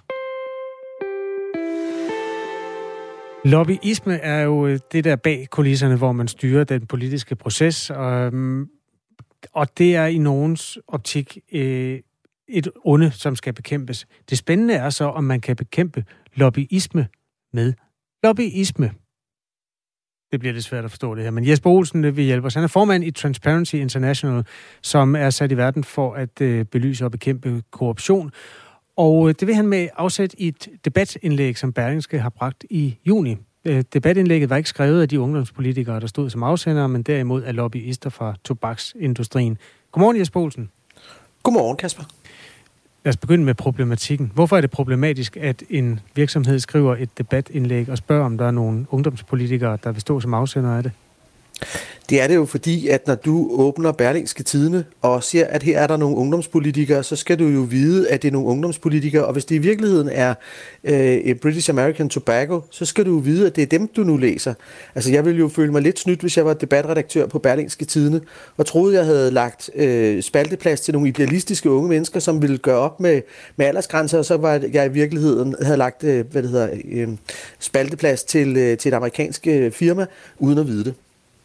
Lobbyisme er jo det der bag kulisserne, hvor man styrer den politiske proces, og, og det er i nogens optik øh, et onde, som skal bekæmpes. Det spændende er så, om man kan bekæmpe lobbyisme med lobbyisme. Det bliver lidt svært at forstå det her, men Jesper Olsen vil hjælpe os. Han er formand i Transparency International, som er sat i verden for at øh, belyse og bekæmpe korruption. Og øh, det vil han med afsæt i et debatindlæg, som Berlingske har bragt i juni. Øh, debatindlægget var ikke skrevet af de ungdomspolitikere, der stod som afsendere, men derimod af lobbyister fra tobaksindustrien. Godmorgen, Jesper Olsen. Godmorgen, Kasper. Lad os begynde med problematikken. Hvorfor er det problematisk, at en virksomhed skriver et debatindlæg og spørger, om der er nogle ungdomspolitikere, der vil stå som afsender af det? Det er det jo fordi, at når du åbner Berlingske Tidende og ser, at her er der nogle ungdomspolitikere, så skal du jo vide, at det er nogle ungdomspolitikere, og hvis det i virkeligheden er øh, British American Tobacco, så skal du jo vide, at det er dem, du nu læser. Altså jeg ville jo føle mig lidt snydt, hvis jeg var debatredaktør på Berlingske Tidende, og troede, jeg havde lagt øh, spalteplads til nogle idealistiske unge mennesker, som ville gøre op med, med aldersgrænser, og så var jeg i virkeligheden havde lagt øh, hvad det hedder, øh, spalteplads til, øh, til et amerikansk øh, firma, uden at vide det.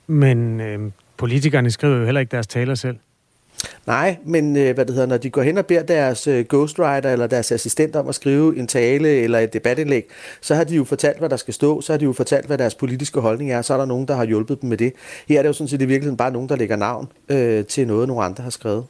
Men øh, politikerne skriver jo heller ikke deres taler selv. Nej, men øh, hvad det hedder, når de går hen og beder deres øh, ghostwriter eller deres assistent om at skrive en tale eller et debatindlæg, så har de jo fortalt, hvad der skal stå, så har de jo fortalt, hvad deres politiske holdning er, så er der nogen, der har hjulpet dem med det. Her er det jo sådan set i virkeligheden bare nogen, der lægger navn øh, til noget, nogle andre har skrevet.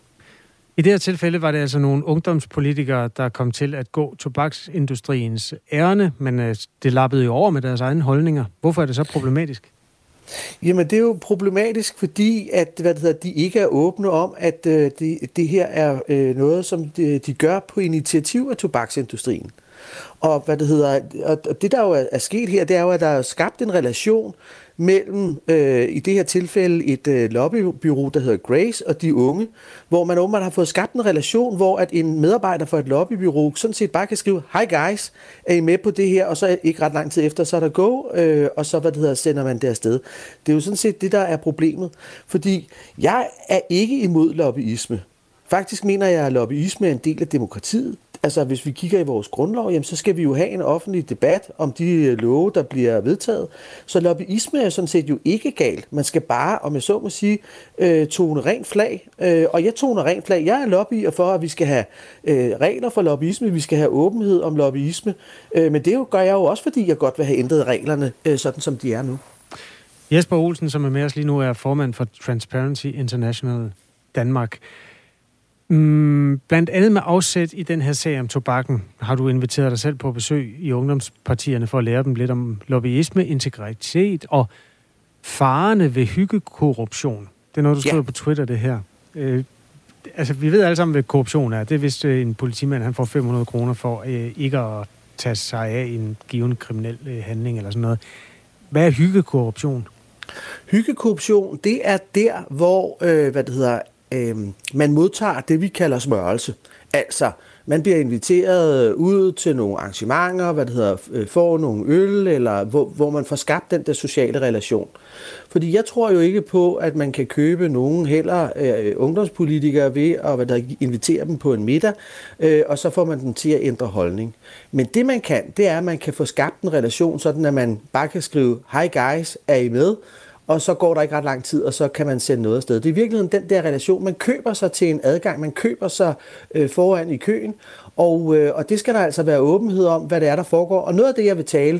I det her tilfælde var det altså nogle ungdomspolitikere, der kom til at gå tobaksindustriens ærne, men øh, det lappede jo over med deres egne holdninger. Hvorfor er det så problematisk? Jamen, det er jo problematisk, fordi at, hvad det hedder, de ikke er åbne om, at øh, det, det her er øh, noget, som de, de gør på initiativ af tobaksindustrien. Og hvad det hedder, og det der jo er, er sket her, det er jo, at der er skabt en relation mellem, øh, i det her tilfælde, et øh, lobbybureau, der hedder Grace, og de unge, hvor man åbenbart har fået skabt en relation, hvor at en medarbejder for et lobbybureau sådan set bare kan skrive, hi guys, er I med på det her? Og så ikke ret lang tid efter, så er der go, øh, og så hvad det hedder, sender man det afsted. Det er jo sådan set det, der er problemet. Fordi jeg er ikke imod lobbyisme. Faktisk mener jeg, at lobbyisme er en del af demokratiet. Altså, hvis vi kigger i vores grundlov, jamen, så skal vi jo have en offentlig debat om de love, der bliver vedtaget. Så lobbyisme er sådan set jo ikke galt. Man skal bare, om jeg så må sige, øh, tone rent flag. Øh, og jeg toner rent flag. Jeg er lobbyer for, at vi skal have øh, regler for lobbyisme. Vi skal have åbenhed om lobbyisme. Øh, men det jo, gør jeg jo også, fordi jeg godt vil have ændret reglerne, øh, sådan som de er nu. Jesper Olsen, som er med os lige nu, er formand for Transparency International Danmark. Mm, blandt andet med afsæt i den her sag om tobakken, har du inviteret dig selv på besøg i ungdomspartierne for at lære dem lidt om lobbyisme, integritet og farerne ved hyggekorruption. Det er noget, du skriver ja. på Twitter, det her. Øh, altså, vi ved alle sammen, hvad korruption er. Det er, hvis øh, en politimand han får fem hundrede kroner for øh, ikke at tage sig af en given kriminel øh, handling eller sådan noget. Hvad er hyggekorruption? Hyggekorruption, det er der, hvor, øh, hvad det hedder, øh, man modtager det, vi kalder smørelse. Altså, man bliver inviteret ud til nogle arrangementer, hvad det hedder, får nogle øl, eller hvor, hvor man får skabt den der sociale relation. Fordi jeg tror jo ikke på, at man kan købe nogen heller øh, ungdomspolitikere ved at hvad der, invitere dem på en middag, øh, og så får man dem til at ændre holdning. Men det man kan, det er, at man kan få skabt en relation, sådan at man bare kan skrive, hi guys, er I med? Og så går der ikke ret lang tid, og så kan man sende noget afsted. Det er i virkeligheden den der relation. Man køber sig til en adgang, man køber sig øh, foran i køen, og, øh, og det skal der altså være åbenhed om, hvad det er, der foregår. Og noget af det, jeg vil tale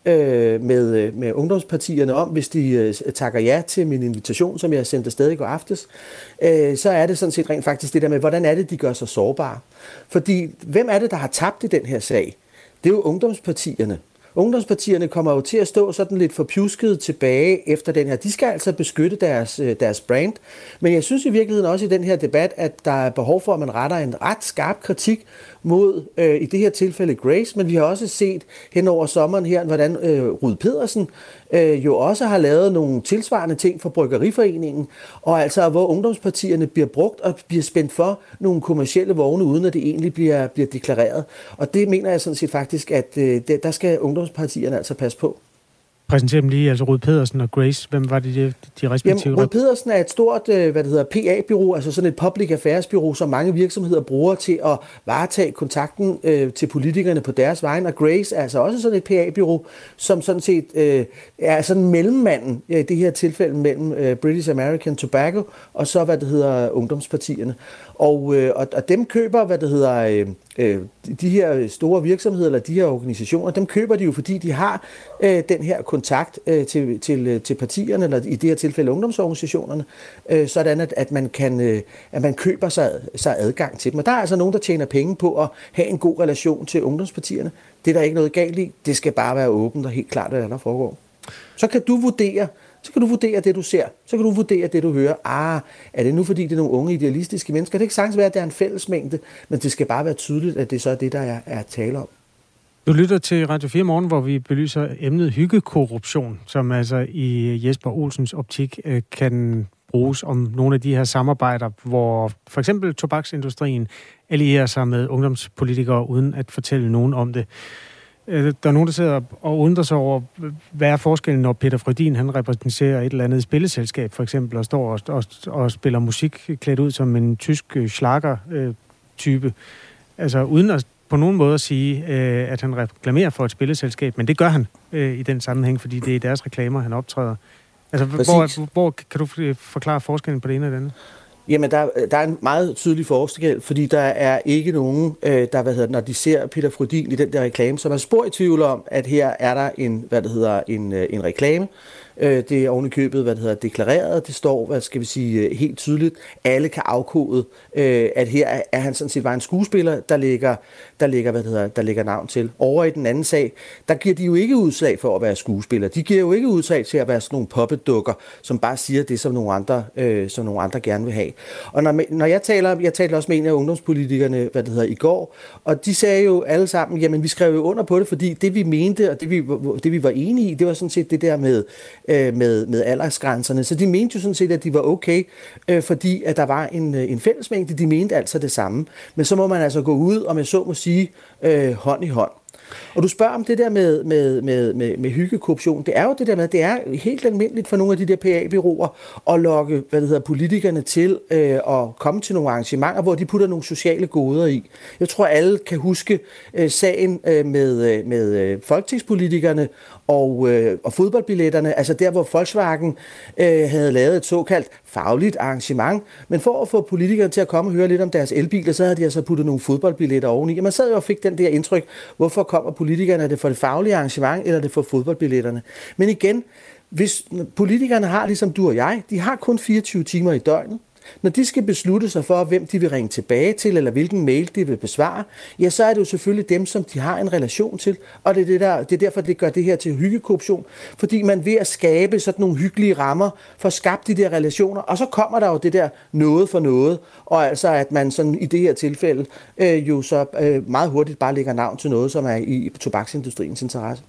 øh, med, med ungdomspartierne om, hvis de øh, takker ja til min invitation, som jeg sendte afsted i går aftes, øh, så er det sådan set rent faktisk det der med, hvordan er det, de gør sig sårbare. Fordi hvem er det, der har tabt i den her sag? Det er jo ungdomspartierne. Ungdomspartierne kommer jo til at stå sådan lidt forpjusket tilbage efter den her. De skal altså beskytte deres, deres brand. Men jeg synes i virkeligheden også i den her debat, at der er behov for, at man retter en ret skarp kritik mod, øh, i det her tilfælde, Grace. Men vi har også set hen over sommeren her, hvordan øh, Rud Pedersen øh, jo også har lavet nogle tilsvarende ting for Bryggeriforeningen. Og altså, hvor ungdomspartierne bliver brugt og bliver spændt for nogle kommercielle vogne, uden at det egentlig bliver, bliver deklareret. Og det mener jeg sådan set faktisk, at øh, der skal ungdomspartierne altså passe på. Præsentere dem lige, altså Rud Pedersen og Grace. Hvem var det, de, de respektive? Jamen, Rud Pedersen er et stort, hvad det hedder, P A-bureau, altså sådan et public affairs-bureau, som mange virksomheder bruger til at varetage kontakten øh, til politikerne på deres vegne. Og Grace er altså også sådan et P A-bureau, som sådan set øh, er sådan mellemmanden, ja, i det her tilfælde mellem øh, British American Tobacco og så, hvad det hedder, ungdomspartierne. Og, øh, og, og dem køber, hvad det hedder, øh, øh, de her store virksomheder, eller de her organisationer, dem køber de jo, fordi de har øh, den her kontakt øh, til, til, til partierne, eller i det her tilfælde ungdomsorganisationerne, øh, sådan at, at, man kan, øh, at man køber sig, sig adgang til dem. Og der er altså nogen, der tjener penge på at have en god relation til ungdomspartierne. Det er der ikke noget galt i. Det skal bare være åbent og helt klart, hvad der foregår. Så kan du vurdere, Så kan du vurdere det, du ser. Så kan du vurdere det, du hører. Ah, er det nu, fordi det er nogle unge idealistiske mennesker? Det kan ikke sagtens være, at det er en fællesmængde, men det skal bare være tydeligt, at det så er det, der er, er tale om. Du lytter til Radio fire Morgen, hvor vi belyser emnet hyggekorruption, som altså i Jesper Olsens optik kan bruges om nogle af de her samarbejder, hvor for eksempel tobaksindustrien allierer sig med ungdomspolitikere uden at fortælle nogen om det. Der er nogen, der sidder og undrer sig over, hvad er forskellen, når Peter Frödin, han repræsenterer et eller andet spilleselskab, for eksempel, og står og, og, og spiller musik klædt ud som en tysk schlager-type. Altså uden at på nogen måde at sige, at han reklamerer for et spilleselskab, men det gør han i den sammenhæng, fordi det er deres reklamer, han optræder. Altså, hvor, hvor kan du forklare forskellen på det ene og det andet? Jamen, der, der er en meget tydelig forskel, fordi der er ikke nogen, øh, der, hvad hedder det, når de ser Peter Frödin i den der reklame, som er spor i tvivl om, at her er der en, hvad det hedder, en, en reklame. Øh, det er ovenikøbet, hvad det hedder, deklareret. Det står, hvad skal vi sige, helt tydeligt. Alle kan afkode, øh, at her er, er han sådan set bare en skuespiller, der lægger, der lægger, hvad det hedder, der lægger navn til. Over i den anden sag, der giver de jo ikke udslag for at være skuespiller. De giver jo ikke udslag til at være sådan nogle puppetdukker, som bare siger det, som nogle andre, øh, som nogle andre gerne vil have. Og når, når jeg taler, jeg talte også med en af ungdomspolitikerne, hvad det hedder, i går, og de sagde jo alle sammen, jamen vi skrev jo under på det, fordi det vi mente, og det vi, det vi var enige i, det var sådan set det der med, øh, med, med aldersgrænserne. Så de mente jo sådan set, at de var okay, øh, fordi at der var en, en fællesmængde, de mente altså det samme. Men så må man altså gå ud, og med så må sige, øh, hånd i hånd. Og du spørger om det der med, med, med, med, med hyggekorruption. Det er jo det der med, at det er helt almindeligt for nogle af de der P A-bureauer at lokke, hvad det hedder, politikerne til øh, at komme til nogle arrangementer, hvor de putter nogle sociale goder i. Jeg tror, alle kan huske øh, sagen øh, med, med øh, folketingspolitikerne og, øh, og fodboldbilletterne, altså der, hvor Volkswagen øh, havde lavet et såkaldt fagligt arrangement, men for at få politikerne til at komme og høre lidt om deres elbiler, så havde de altså puttet nogle fodboldbilletter oveni. Og man sad jo og fik den der indtryk, hvorfor kommer politikerne, er det for det faglige arrangement, eller er det for fodboldbilletterne? Men igen, hvis politikerne har, ligesom du og jeg, de har kun fireogtyve timer i døgnet. Når de skal beslutte sig for, hvem de vil ringe tilbage til, eller hvilken mail de vil besvare, ja, så er det jo selvfølgelig dem, som de har en relation til. Og det er, det der, det er derfor, det gør det her til hyggekorruption. Fordi man ved at skabe sådan nogle hyggelige rammer, får skabt de der relationer, og så kommer der jo det der noget for noget. Og altså, at man sådan i det her tilfælde øh, jo så øh, meget hurtigt bare lægger navn til noget, som er i tobaksindustriens interesse.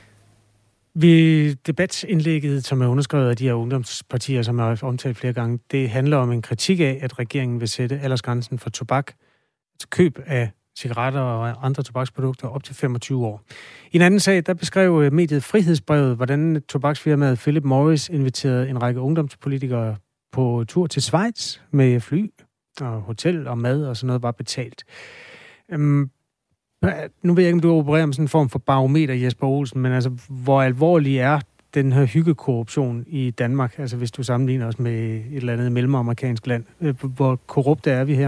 Vi debatindlægget, som er underskrevet af de her ungdomspartier, som er omtalt flere gange, det handler om en kritik af, at regeringen vil sætte aldersgrænsen for tobak til køb af cigaretter og andre tobaksprodukter op til femogtyve år. I en anden sag, der beskrev mediet Frihedsbrevet, hvordan tobaksfirmaet Philip Morris inviterede en række ungdomspolitikere på tur til Schweiz med fly og hotel og mad og sådan noget var betalt. Øhm, Nu ved jeg ikke, om du opererer med sådan en form for barometer, Jesper Olsen, men altså, hvor alvorlig er den her hyggekorruption i Danmark? Altså, hvis du sammenligner os med et eller andet mellemamerikansk land. Hvor korrupte er vi her?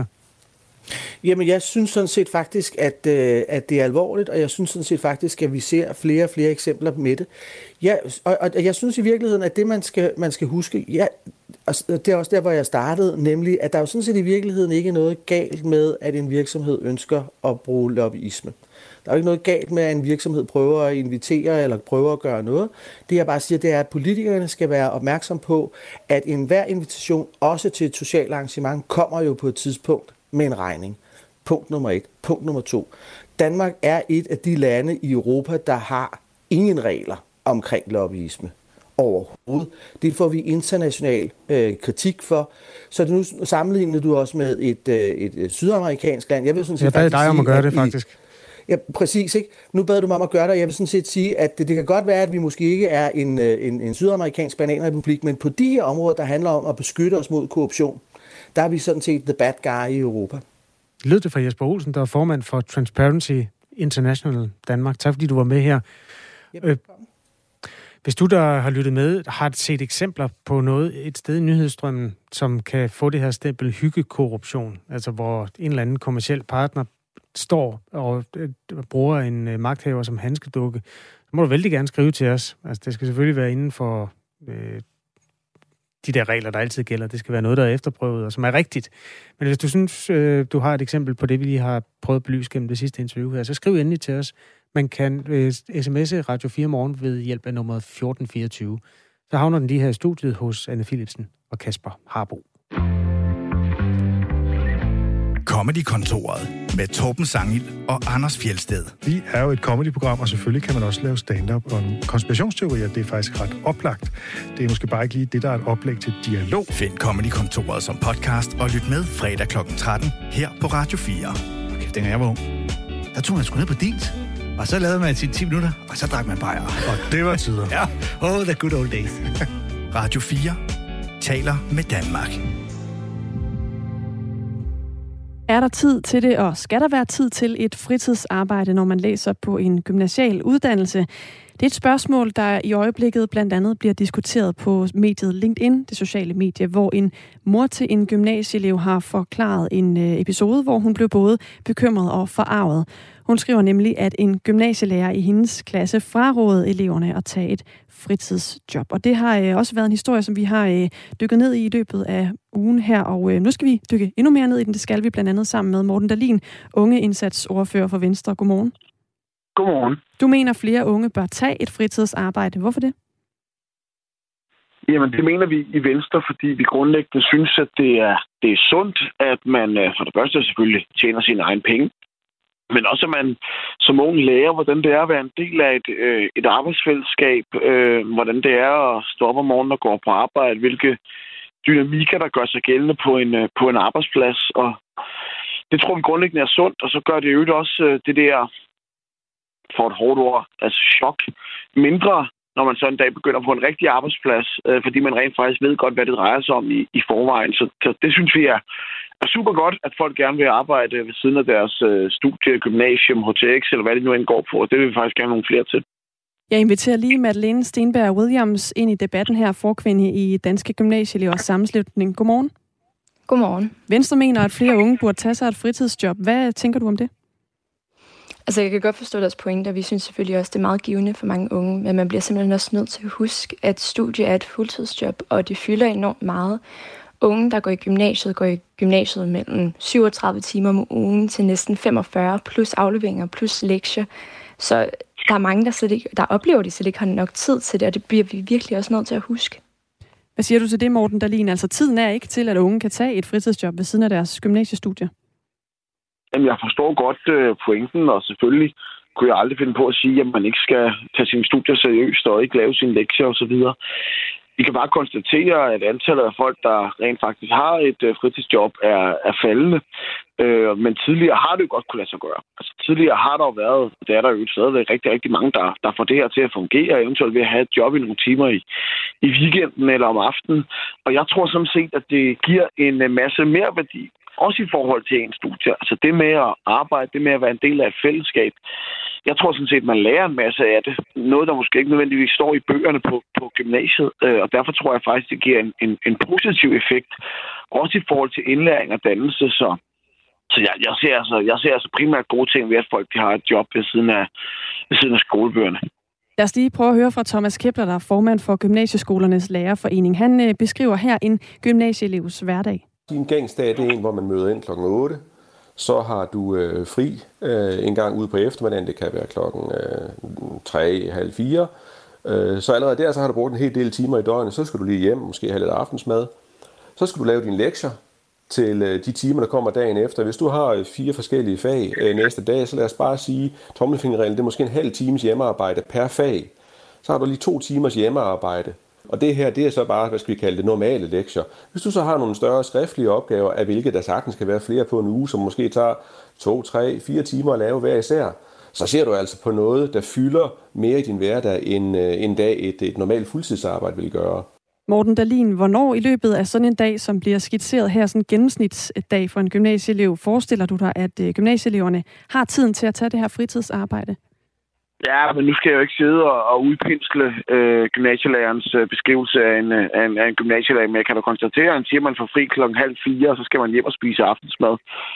Jamen, jeg synes sådan set faktisk, at, øh, at det er alvorligt, og jeg synes sådan set faktisk, at vi ser flere og flere eksempler med det. Ja, og, og jeg synes i virkeligheden, at det, man skal, man skal huske, ja, og det er også der, hvor jeg startede, nemlig, at der jo sådan set i virkeligheden ikke er noget galt med, at en virksomhed ønsker at bruge lobbyisme. Der er jo ikke noget galt med, at en virksomhed prøver at invitere eller prøver at gøre noget. Det jeg bare siger, det er, at politikerne skal være opmærksom på, at enhver invitation, også til et socialt arrangement, kommer jo på et tidspunkt med en regning. Punkt nummer et. Punkt nummer to. Danmark er et af de lande i Europa, der har ingen regler omkring lobbyisme overhovedet. Det får vi international øh, kritik for. Så nu sammenligner du også med et, øh, et, et sydamerikansk land. Jeg vil sådan set jeg bad dig om at gøre det, faktisk. I, ja, præcis, ikke? Nu bad du mig om at gøre det, og jeg vil sådan set sige, at det, det kan godt være, at vi måske ikke er en, en, en sydamerikansk bananrepublik, men på de her områder, der handler om at beskytte os mod korruption, der er vi sådan set the bad guy i Europa. Lød det fra Jesper Olsen, der er formand for Transparency International Danmark. Tak fordi du var med her. Øh, hvis du, der har lyttet med, har set eksempler på noget et sted i nyhedsstrømmen, som kan få det her stempel hyggekorruption, altså hvor en eller anden kommerciel partner står og øh, bruger en øh, magthaver som handskedukke, så må du vældig gerne skrive til os. Altså det skal selvfølgelig være inden for øh, de der regler, der altid gælder. Det skal være noget, der er efterprøvet og som er rigtigt. Men hvis du synes, øh, du har et eksempel på det, vi lige har prøvet at belyse gennem det sidste interview her, så skriv endelig til os. Man kan øh, sms'e Radio fire Morgen ved hjælp af nummer fjorten fireogtyve. Så havner den lige her i studiet hos Anne Philipsen og Kasper Harbo. Comedy-kontoret med Torben Sangil og Anders Fjeldsted. Vi er jo et comedy-program, og selvfølgelig kan man også lave stand-up og konspirationsteorier. Det er faktisk ret oplagt. Det er måske bare ikke lige det, der er et oplæg til dialog. Find Comedy-kontoret som podcast og lyt med fredag klokken tretten her på Radio fire. Okay, dengang jeg var ung, der tog man sgu ned på dins. Og så lavede man sine ti minutter, og så drak man bajer. Og det var tider. Ja, oh, the good old days. Radio fire taler med Danmark. Er der tid til det, og skal der være tid til et fritidsarbejde, når man læser på en gymnasial uddannelse? Det er et spørgsmål, der i øjeblikket blandt andet bliver diskuteret på mediet LinkedIn, det sociale medie, hvor en mor til en gymnasieelev har forklaret en episode, hvor hun blev både bekymret og forarvet. Hun skriver nemlig, at en gymnasielærer i hendes klasse frarådede eleverne at tage et fritidsjob. Og det har også været en historie, som vi har dykket ned i i løbet af ugen her, og nu skal vi dykke endnu mere ned i den. Det skal vi blandt andet sammen med Morten Dahlin, unge indsatsordfører for Venstre. Godmorgen. Godmorgen. Du mener, flere unge bør tage et fritidsarbejde. Hvorfor det? Jamen, det mener vi i Venstre, fordi vi grundlæggende synes, at det er, det er sundt, at man for det første selvfølgelig tjener sine egne penge, men også at man som ung lærer, hvordan det er at være en del af et, øh, et arbejdsfællesskab, øh, hvordan det er at stå op om morgenen og gå på arbejde, hvilke dynamikker, der gør sig gældende på en, øh, på en arbejdsplads. Og det tror vi grundlæggende er sundt, og så gør det jo også øh, det der, for et hårdt ord, altså chok, mindre, når man så en dag begynder på en rigtig arbejdsplads, øh, fordi man rent faktisk ved godt, hvad det drejer sig om i, i forvejen. Så, så det synes vi er, er super godt, at folk gerne vil arbejde ved siden af deres øh, studie, gymnasium, H T X, eller hvad det nu indgår på, og det vil vi faktisk gerne nogle flere til. Jeg inviterer lige Madeleine Stenberg Williams ind i debatten her, forkvinde i Danske Gymnasieelevers Sammenslutning. Godmorgen. Godmorgen. Venstre mener, at flere unge burde tage sig et fritidsjob. Hvad tænker du om det? Altså, jeg kan godt forstå deres pointer. Vi synes selvfølgelig også, det er meget givende for mange unge, men man bliver simpelthen også nødt til at huske, at studie er et fuldtidsjob, og det fylder enormt meget. Unge, der går i gymnasiet, går i gymnasiet mellem syvogtredive timer om ugen til næsten femogfyrre, plus afleveringer, plus lektier. Så der er mange, der, slet ikke, der oplever, at de slet ikke har nok tid til det, og det bliver vi virkelig også nødt til at huske. Hvad siger du til det, Morten Dahlin? Altså, tiden er ikke til, at unge kan tage et fritidsjob ved siden af deres gymnasiestudie. Jamen, jeg forstår godt øh, pointen, og selvfølgelig kunne jeg aldrig finde på at sige, at man ikke skal tage sine studier seriøst og ikke lave sine lektier osv. Vi kan bare konstatere, at antallet af folk, der rent faktisk har et øh, fritidsjob, er, er faldende. Øh, men tidligere har det jo godt kunne lade sig gøre. Altså tidligere har der jo været, det er der jo stadigvæk rigtig, rigtig mange, der, der får det her til at fungere, eventuelt ved at have et job i nogle timer i, i weekenden eller om aftenen. Og jeg tror sådan set, at det giver en masse mere værdi, også i forhold til en studie. Altså det med at arbejde, det med at være en del af et fællesskab. Jeg tror sådan set, at man lærer en masse af det. Noget, der måske ikke nødvendigvis står i bøgerne på, på gymnasiet. Og derfor tror jeg faktisk, det giver en, en, en positiv effekt. Også i forhold til indlæring og dannelse. Så, så jeg, jeg, ser altså, jeg ser altså primært gode ting ved, at folk de har et job ved siden af, ved siden af skolebøgerne. Lad os lige prøve at høre fra Thomas Kepler, der er formand for Gymnasieskolernes Lærerforening. Han øh, beskriver her en gymnasieelevs hverdag. Din gangsdag, det er en, hvor man møder ind klokken otte. Så har du øh, fri øh, en gang ude på eftermiddagen. Det kan være klokken øh, tre, halv fire. Øh, så allerede der, så har du brugt en hel del timer i døgnet. Så skal du lige hjem, måske have lidt aftensmad. Så skal du lave dine lektier til øh, de timer, der kommer dagen efter. Hvis du har fire forskellige fag øh, næste dag, så lad os bare sige, tommelfingerreglen, det er måske en halv times hjemmearbejde per fag. Så har du lige to timers hjemmearbejde. Og det her, det er så bare, hvad skal vi kalde det, normale lektier. Hvis du så har nogle større skriftlige opgaver, af hvilke der sagtens kan være flere på en uge, som måske tager to, tre, fire timer at lave hver især, så ser du altså på noget, der fylder mere i din hverdag, end en dag et, et normalt fuldtidsarbejde vil gøre. Morten Dahlin, hvornår i løbet af sådan en dag, som bliver skitseret her, sådan en gennemsnitsdag for en gymnasieelev, forestiller du dig, at gymnasieeleverne har tiden til at tage det her fritidsarbejde? Ja, men nu skal jeg jo ikke sidde og, og udpensle øh, gymnasielærerens øh, beskrivelse af en, af, en, af en gymnasielærer, men jeg kan da konstatere, at han siger, at man får fri klokken halv fire, og så skal man hjem og spise aftensmad.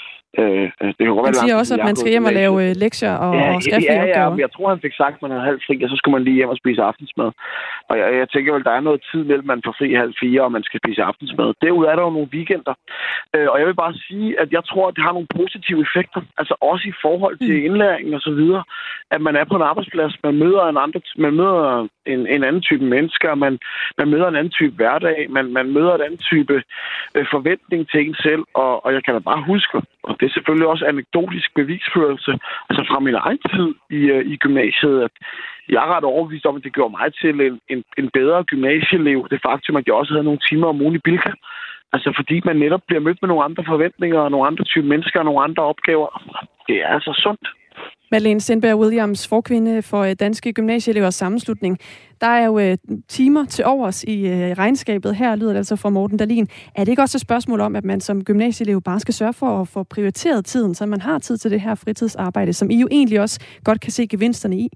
Øh, det kan han siger også, at man skal hjem og lave øh, lektier og, ja, og skriftlige ja, ja, opgaver. Ja, jeg tror, han fik sagt, at man havde halv fri, og så skulle man lige hjem og spise aftensmad. Og jeg, jeg tænker vel, der er noget tid mellem, man får fri halv fire, og man skal spise aftensmad. Derudover er der jo nogle weekender. Øh, og jeg vil bare sige, at jeg tror, at det har nogle positive effekter. Altså også i forhold til indlæring og så videre. At man er på en arbejdsplads, man møder en, andre, man møder en, en anden type mennesker, man, man møder en anden type hverdag, man, man møder en anden type øh, forventning til en selv. Og, og jeg kan da bare huske, og det er selvfølgelig også anekdotisk bevisførelse, altså fra min egen tid i, i gymnasiet, at jeg er ret overbevist om, at det gjorde mig til en, en, en bedre gymnasieelev. Det faktum, at jeg også havde nogle timer om ugen i Bilka. Altså fordi man netop bliver mødt med nogle andre forventninger, og nogle andre typer mennesker, og nogle andre opgaver. Det er altså sundt. Madeleine Stenberg Williams, forkvinde for Danske Gymnasieelevers Sammenslutning. Der er jo øh, timer til overs i øh, regnskabet. Her lyder det altså fra Morten Dahlin. Er det ikke også et spørgsmål om, at man som gymnasieelev bare skal sørge for at få prioriteret tiden, så man har tid til det her fritidsarbejde, som I jo egentlig også godt kan se gevinsterne i?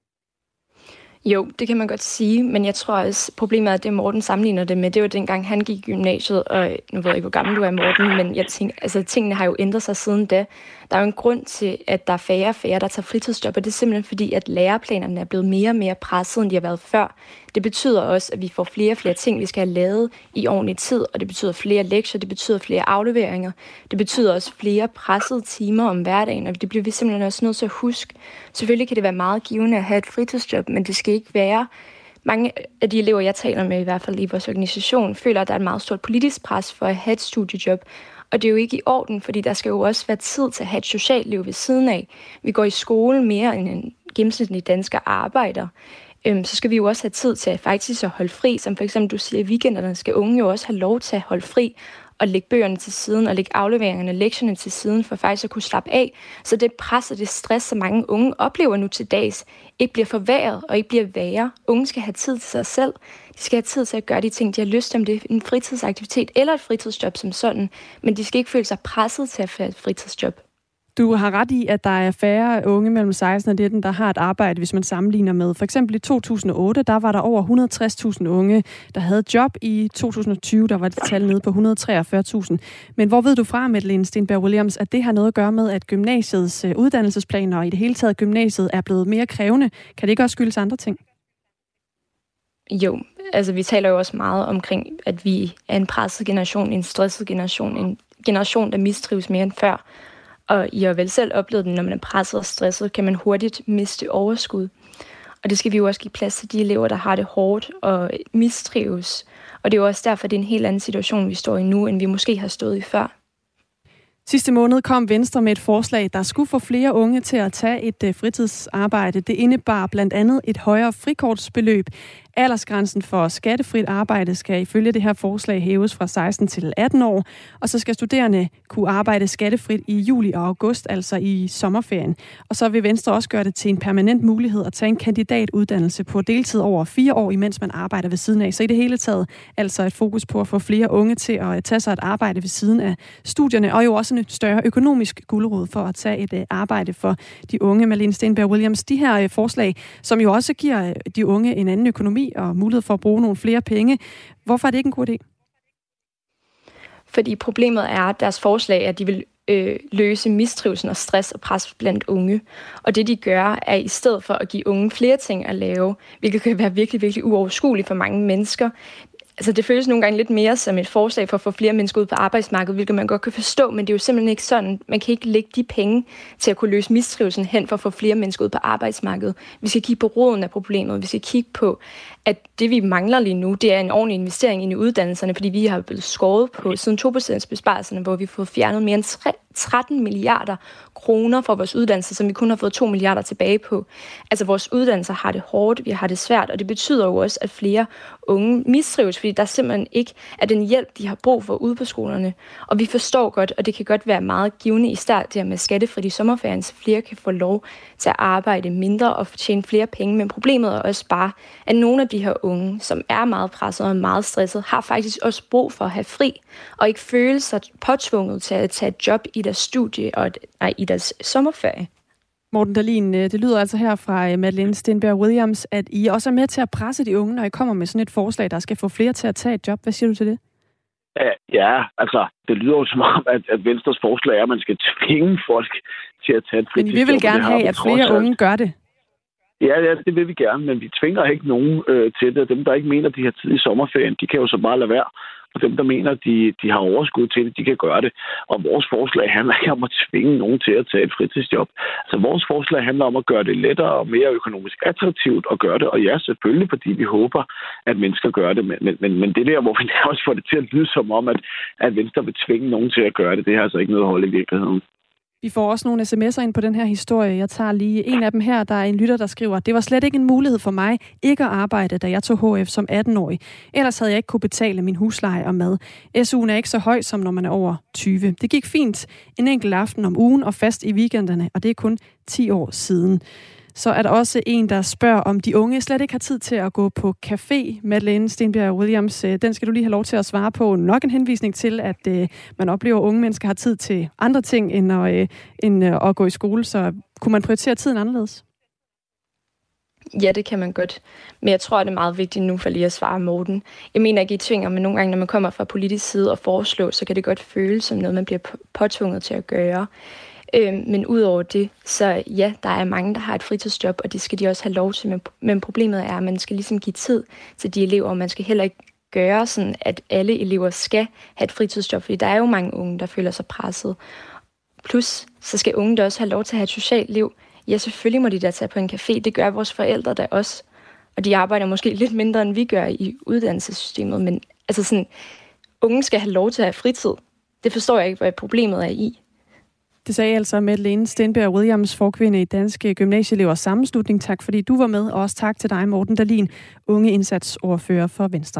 Jo, det kan man godt sige, men jeg tror også, problemet er, at det Morten sammenligner det med, det var dengang han gik i gymnasiet, og nu ved jeg ikke, hvor gammel du er, Morten, men jeg tænker, altså, tingene har jo ændret sig siden da. Der er jo en grund til, at der er færre og færre, der tager fritidsjob, og det er simpelthen fordi, at læreplanerne er blevet mere og mere presset, end de har været før. Det betyder også, at vi får flere og flere ting, vi skal have lavet i ordentlig tid, og det betyder flere lektier, det betyder flere afleveringer, det betyder også flere pressede timer om hverdagen, og det bliver vi simpelthen også nødt til at huske. Selvfølgelig kan det være meget givende at have et fritidsjob, men det skal ikke være. Mange af de elever, jeg taler med, i hvert fald i vores organisation, føler, at der er et meget stort politisk pres for at have et studiejob. Og det er jo ikke i orden, fordi der skal jo også være tid til at have et socialt liv ved siden af. Vi går i skole mere end en gennemsnitlig dansker arbejder. Øhm, så skal vi jo også have tid til at faktisk at holde fri. Som for eksempel du siger, i weekenderne skal unge jo også have lov til at holde fri og lægge bøgerne til siden og lægge afleveringerne og lektierne til siden for faktisk at kunne slappe af. Så det pres og det stress, som mange unge oplever nu til dags, ikke bliver forværret og ikke bliver værre. Unge skal have tid til sig selv. De skal have tid til at gøre de ting, de har lyst til, om det er en fritidsaktivitet eller et fritidsjob som sådan. Men de skal ikke føle sig presset til at få et fritidsjob. Du har ret i, at der er færre unge mellem seksten og nitten, der har et arbejde, hvis man sammenligner med. For eksempel i to tusind og otte, der var der over et hundrede og tres tusind unge, der havde job. I to tusind og tyve, der var det tal nede på et hundrede og treogfyrre tusind. Men hvor ved du fra, Madeleine Stenberg Williams, at det har noget at gøre med, at gymnasiets uddannelsesplaner og i det hele taget gymnasiet er blevet mere krævende? Kan det ikke også skyldes andre ting? Jo, altså vi taler jo også meget omkring, at vi er en presset generation, en stresset generation, en generation, der mistrives mere end før. Og I har vel selv oplevet det, når man er presset og stresset, kan man hurtigt miste overskud. Og det skal vi jo også give plads til de elever, der har det hårdt og mistrives. Og det er jo også derfor, det er en helt anden situation, vi står i nu, end vi måske har stået i før. Sidste måned kom Venstre med et forslag, der skulle få flere unge til at tage et fritidsarbejde. Det indebar blandt andet et højere frikortsbeløb. Aldersgrænsen for skattefrit arbejde skal ifølge det her forslag hæves fra seksten til atten år, og så skal studerende kunne arbejde skattefrit i juli og august, altså i sommerferien. Og så vil Venstre også gøre det til en permanent mulighed at tage en kandidatuddannelse på deltid over fire år, imens man arbejder ved siden af. Så i det hele taget altså et fokus på at få flere unge til at tage sig et arbejde ved siden af studierne, og jo også en større økonomisk gulerod for at tage et arbejde for de unge. Madeleine Stenberg Williams, de her forslag, som jo også giver de unge en anden økonomi og mulighed for at bruge nogle flere penge. Hvorfor er det ikke en god idé? Fordi problemet er, at deres forslag er, at de vil øh, løse mistrivelsen og stress og pres blandt unge. Og det de gør, er i stedet for at give unge flere ting at lave, hvilket kan være virkelig, virkelig uoverskueligt for mange mennesker. Altså det føles nogle gange lidt mere som et forslag for at få flere mennesker ud på arbejdsmarkedet, hvilket man godt kan forstå, men det er jo simpelthen ikke sådan. Man kan ikke lægge de penge til at kunne løse mistrivelsen hen for at få flere mennesker ud på arbejdsmarkedet. Vi skal kigge på roden af problemet. Vi skal kigge på, at det vi mangler lige nu, det er en ordentlig investering ind i uddannelserne, fordi vi har blevet skåret på siden to procent besparelserne, hvor vi har fået fjernet mere end tretten milliarder kroner fra vores uddannelser, som vi kun har fået to milliarder tilbage på. Altså vores uddannelser har det hårdt, vi har det svært, og det betyder jo også, at flere unge mistrives, fordi der simpelthen ikke er den hjælp, de har brug for ude på skolerne. Og vi forstår godt, og det kan godt være meget givende i start der med skattefrit i sommerferien, så flere kan få lov til at arbejde mindre og tjene flere penge. Men problemet er også bare, at nogle af de her unge, som er meget presset og meget stresset, har faktisk også brug for at have fri, og ikke føle sig påtvunget til at tage et job i deres studie og nej, i deres sommerferie. Morten Dahlin, det lyder altså her fra Madeleine Stenberg Williams, at I også er med til at presse de unge, når I kommer med sådan et forslag, der skal få flere til at tage et job. Hvad siger du til det? Ja, altså, det lyder jo som om, at, at Venstres forslag er, at man skal tvinge folk til at tage et fritidsjob. Men vi vil gerne have, at flere unge gør det. Ja, ja, det vil vi gerne, men vi tvinger ikke nogen øh, til det. Dem, der ikke mener, de har tid i sommerferien, de kan jo så bare lade være. Og dem, der mener, de, de har overskud til det, de kan gøre det. Og vores forslag handler ikke om at tvinge nogen til at tage et fritidsjob. Så vores forslag handler om at gøre det lettere og mere økonomisk attraktivt at gøre det. Og ja, selvfølgelig, fordi vi håber, at mennesker gør det. Men, men, men det der, hvor vi også får det til at lyde som om, at, at Venstre vil tvinge nogen til at gøre det, det har altså ikke noget hold i virkeligheden. Vi får også nogle sms'er ind på den her historie. Jeg tager lige en af dem her. Der er en lytter, der skriver, det var slet ikke en mulighed for mig ikke at arbejde, da jeg tog H F som atten-årig. Ellers havde jeg ikke kunne betale min husleje og mad. S U'en er ikke så høj, som når man er over tyve. Det gik fint en enkelt aften om ugen og fast i weekenderne, og det er kun ti år siden. Så er der også en, der spørger, om de unge slet ikke har tid til at gå på café. Madeleine Stenbjerg Williams, den skal du lige have lov til at svare på. Nok en henvisning til, at øh, man oplever, at unge mennesker har tid til andre ting, end at, øh, end øh, at gå i skole. Så kunne man prioritere tiden anderledes? Ja, det kan man godt. Men jeg tror, det er meget vigtigt nu for lige at svare Morten. Jeg mener ikke, I tvinger, men nogle gange, når man kommer fra politisk side og foreslår, så kan det godt føles som noget, man bliver påtvunget til at gøre. Men udover det, så ja, der er mange, der har et fritidsjob, og det skal de også have lov til. Men problemet er, at man skal ligesom give tid til de elever, og man skal heller ikke gøre sådan, at alle elever skal have et fritidsjob, fordi der er jo mange unge, der føler sig presset. Plus, så skal unge da også have lov til at have et socialt liv. Ja, selvfølgelig må de da tage på en café. Det gør vores forældre da også. Og de arbejder måske lidt mindre, end vi gør i uddannelsessystemet. Men altså sådan, unge skal have lov til at have fritid. Det forstår jeg ikke, hvad problemet er i. Det sagde altså Madeleine Stenbjerg Williams, forkvinde i Danske Gymnasieelevers Sammenslutning. Tak fordi du var med, og også tak til dig, Morten Dahlin, unge indsatsordfører for Venstre.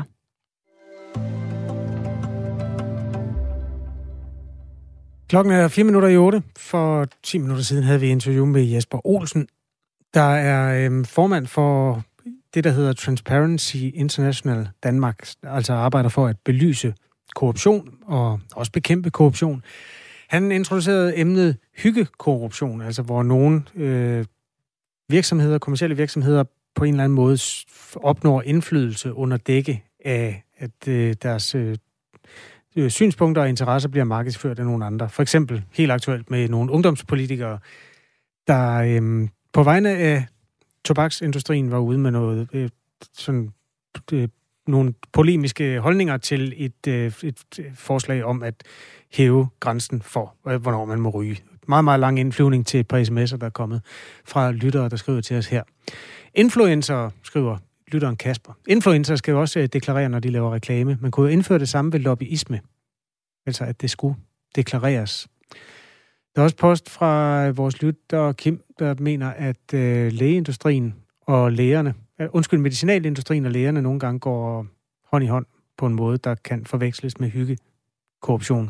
Klokken er fire minutter i otte. For ti minutter siden havde vi interview med Jesper Olsen, der er øhm, formand for det, der hedder Transparency International Danmark, altså arbejder for at belyse korruption og også bekæmpe korruption. Han introducerede emnet hyggekorruption, altså hvor nogle øh, virksomheder, kommercielle virksomheder, på en eller anden måde opnår indflydelse under dække af, at øh, deres øh, synspunkter og interesser bliver markedsført af nogle andre. For eksempel helt aktuelt med nogle ungdomspolitikere, der øh, på vegne af tobaksindustrien var ude med noget øh, sådan øh, nogle polemiske holdninger til et, øh, et forslag om at hæve grænsen for, øh, hvornår man må ryge. Meget, meget lang indflyvning til et par sms'er, der er kommet fra lyttere, der skriver til os her. Influencer, skriver lytteren Kasper. Influencer skal jo også øh, deklarere, når de laver reklame. Man kunne jo indføre det samme ved lobbyisme. Altså, at det skulle deklareres. Der er også post fra vores lytter Kim, der mener, at øh, lægeindustrien og lægerne, øh, undskyld, medicinalindustrien og lægerne nogle gange går hånd i hånd på en måde, der kan forveksles med hyggekorruption.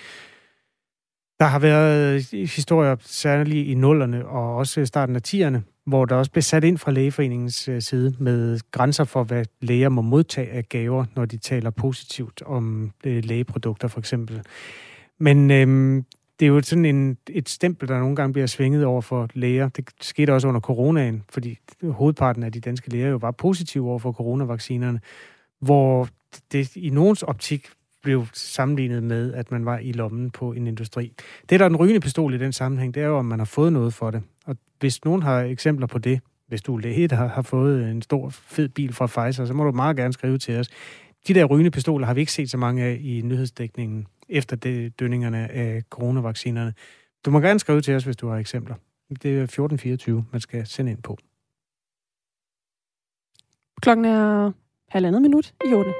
Der har været historier, særligt i nullerne og også starten af tierne, hvor der også blev sat ind fra Lægeforeningens side med grænser for, hvad læger må modtage af gaver, når de taler positivt om lægeprodukter for eksempel. Men øhm, det er jo sådan en, et stempel, der nogle gange bliver svinget over for læger. Det skete også under coronaen, fordi hovedparten af de danske læger jo var positive over for coronavaccinerne, hvor det i nogens optik blev sammenlignet med, at man var i lommen på en industri. Det, der er den rygende pistol i den sammenhæng, det er jo, om man har fået noget for det. Og hvis nogen har eksempler på det, hvis du er læge, der har fået en stor, fed bil fra Pfizer, så må du meget gerne skrive til os. De der rygende pistoler har vi ikke set så mange af i nyhedsdækningen efter det, dønningerne af coronavaccinerne. Du må gerne skrive til os, hvis du har eksempler. Det er fjorten fireogtyve, man skal sende ind på. Klokken er halvandet minut i otte.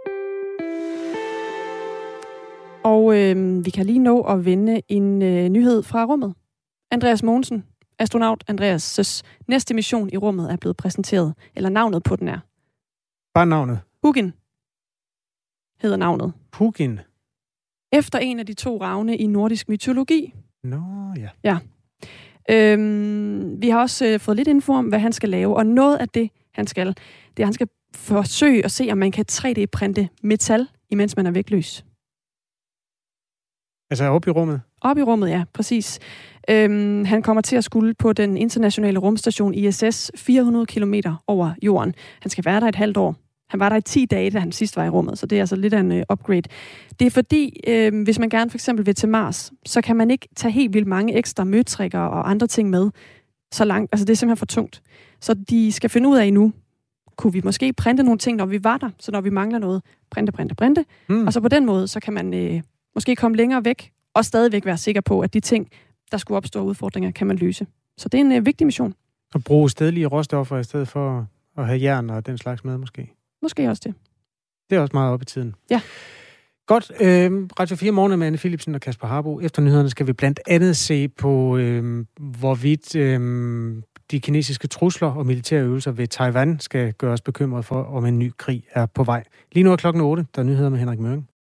Og øh, vi kan lige nå at vende en øh, nyhed fra rummet. Andreas Mogensen, astronaut Andreas' næste mission i rummet er blevet præsenteret. Eller navnet på den er. Bare navnet? Hugin hedder navnet. Hugin? Efter en af de to ravne i nordisk mytologi. Nå, ja. Ja. Øhm, vi har også øh, fået lidt info om, hvad han skal lave. Og noget af det, han skal, det er, at han skal forsøge at se, om man kan tre D-printe metal, imens man er vægtløs. Altså oppe i rummet? Oppe i rummet, ja, præcis. Øhm, han kommer til at skulle på den internationale rumstation I S S fire hundrede kilometer over jorden. Han skal være der et halvt år. Han var der i ti dage, da han sidst var i rummet, så det er altså lidt af en uh, upgrade. Det er fordi, øh, hvis man gerne for eksempel vil til Mars, så kan man ikke tage helt vildt mange ekstra møtrikker og andre ting med så langt. Altså det er simpelthen for tungt. Så de skal finde ud af nu, kunne vi måske printe nogle ting, når vi var der, så når vi mangler noget, printe, printe, printe. Mm. Og så på den måde, så kan man øh, måske komme længere væk, og stadigvæk være sikker på, at de ting, der skulle opstå udfordringer, kan man løse. Så det er en øh, vigtig mission. At bruge stedlige råstoffer i stedet for at have jern og den slags med, måske? Måske også det. Det er også meget op i tiden. Ja. Godt. Øh, Radio fire Morgen med Anne Philipsen og Kasper Harbo. Efter nyhederne skal vi blandt andet se på, øh, hvorvidt øh, de kinesiske trusler og militære øvelser ved Taiwan skal gøre os bekymret for, om en ny krig er på vej. Lige nu er klokken otte. Der er nyheder med Henrik Møring.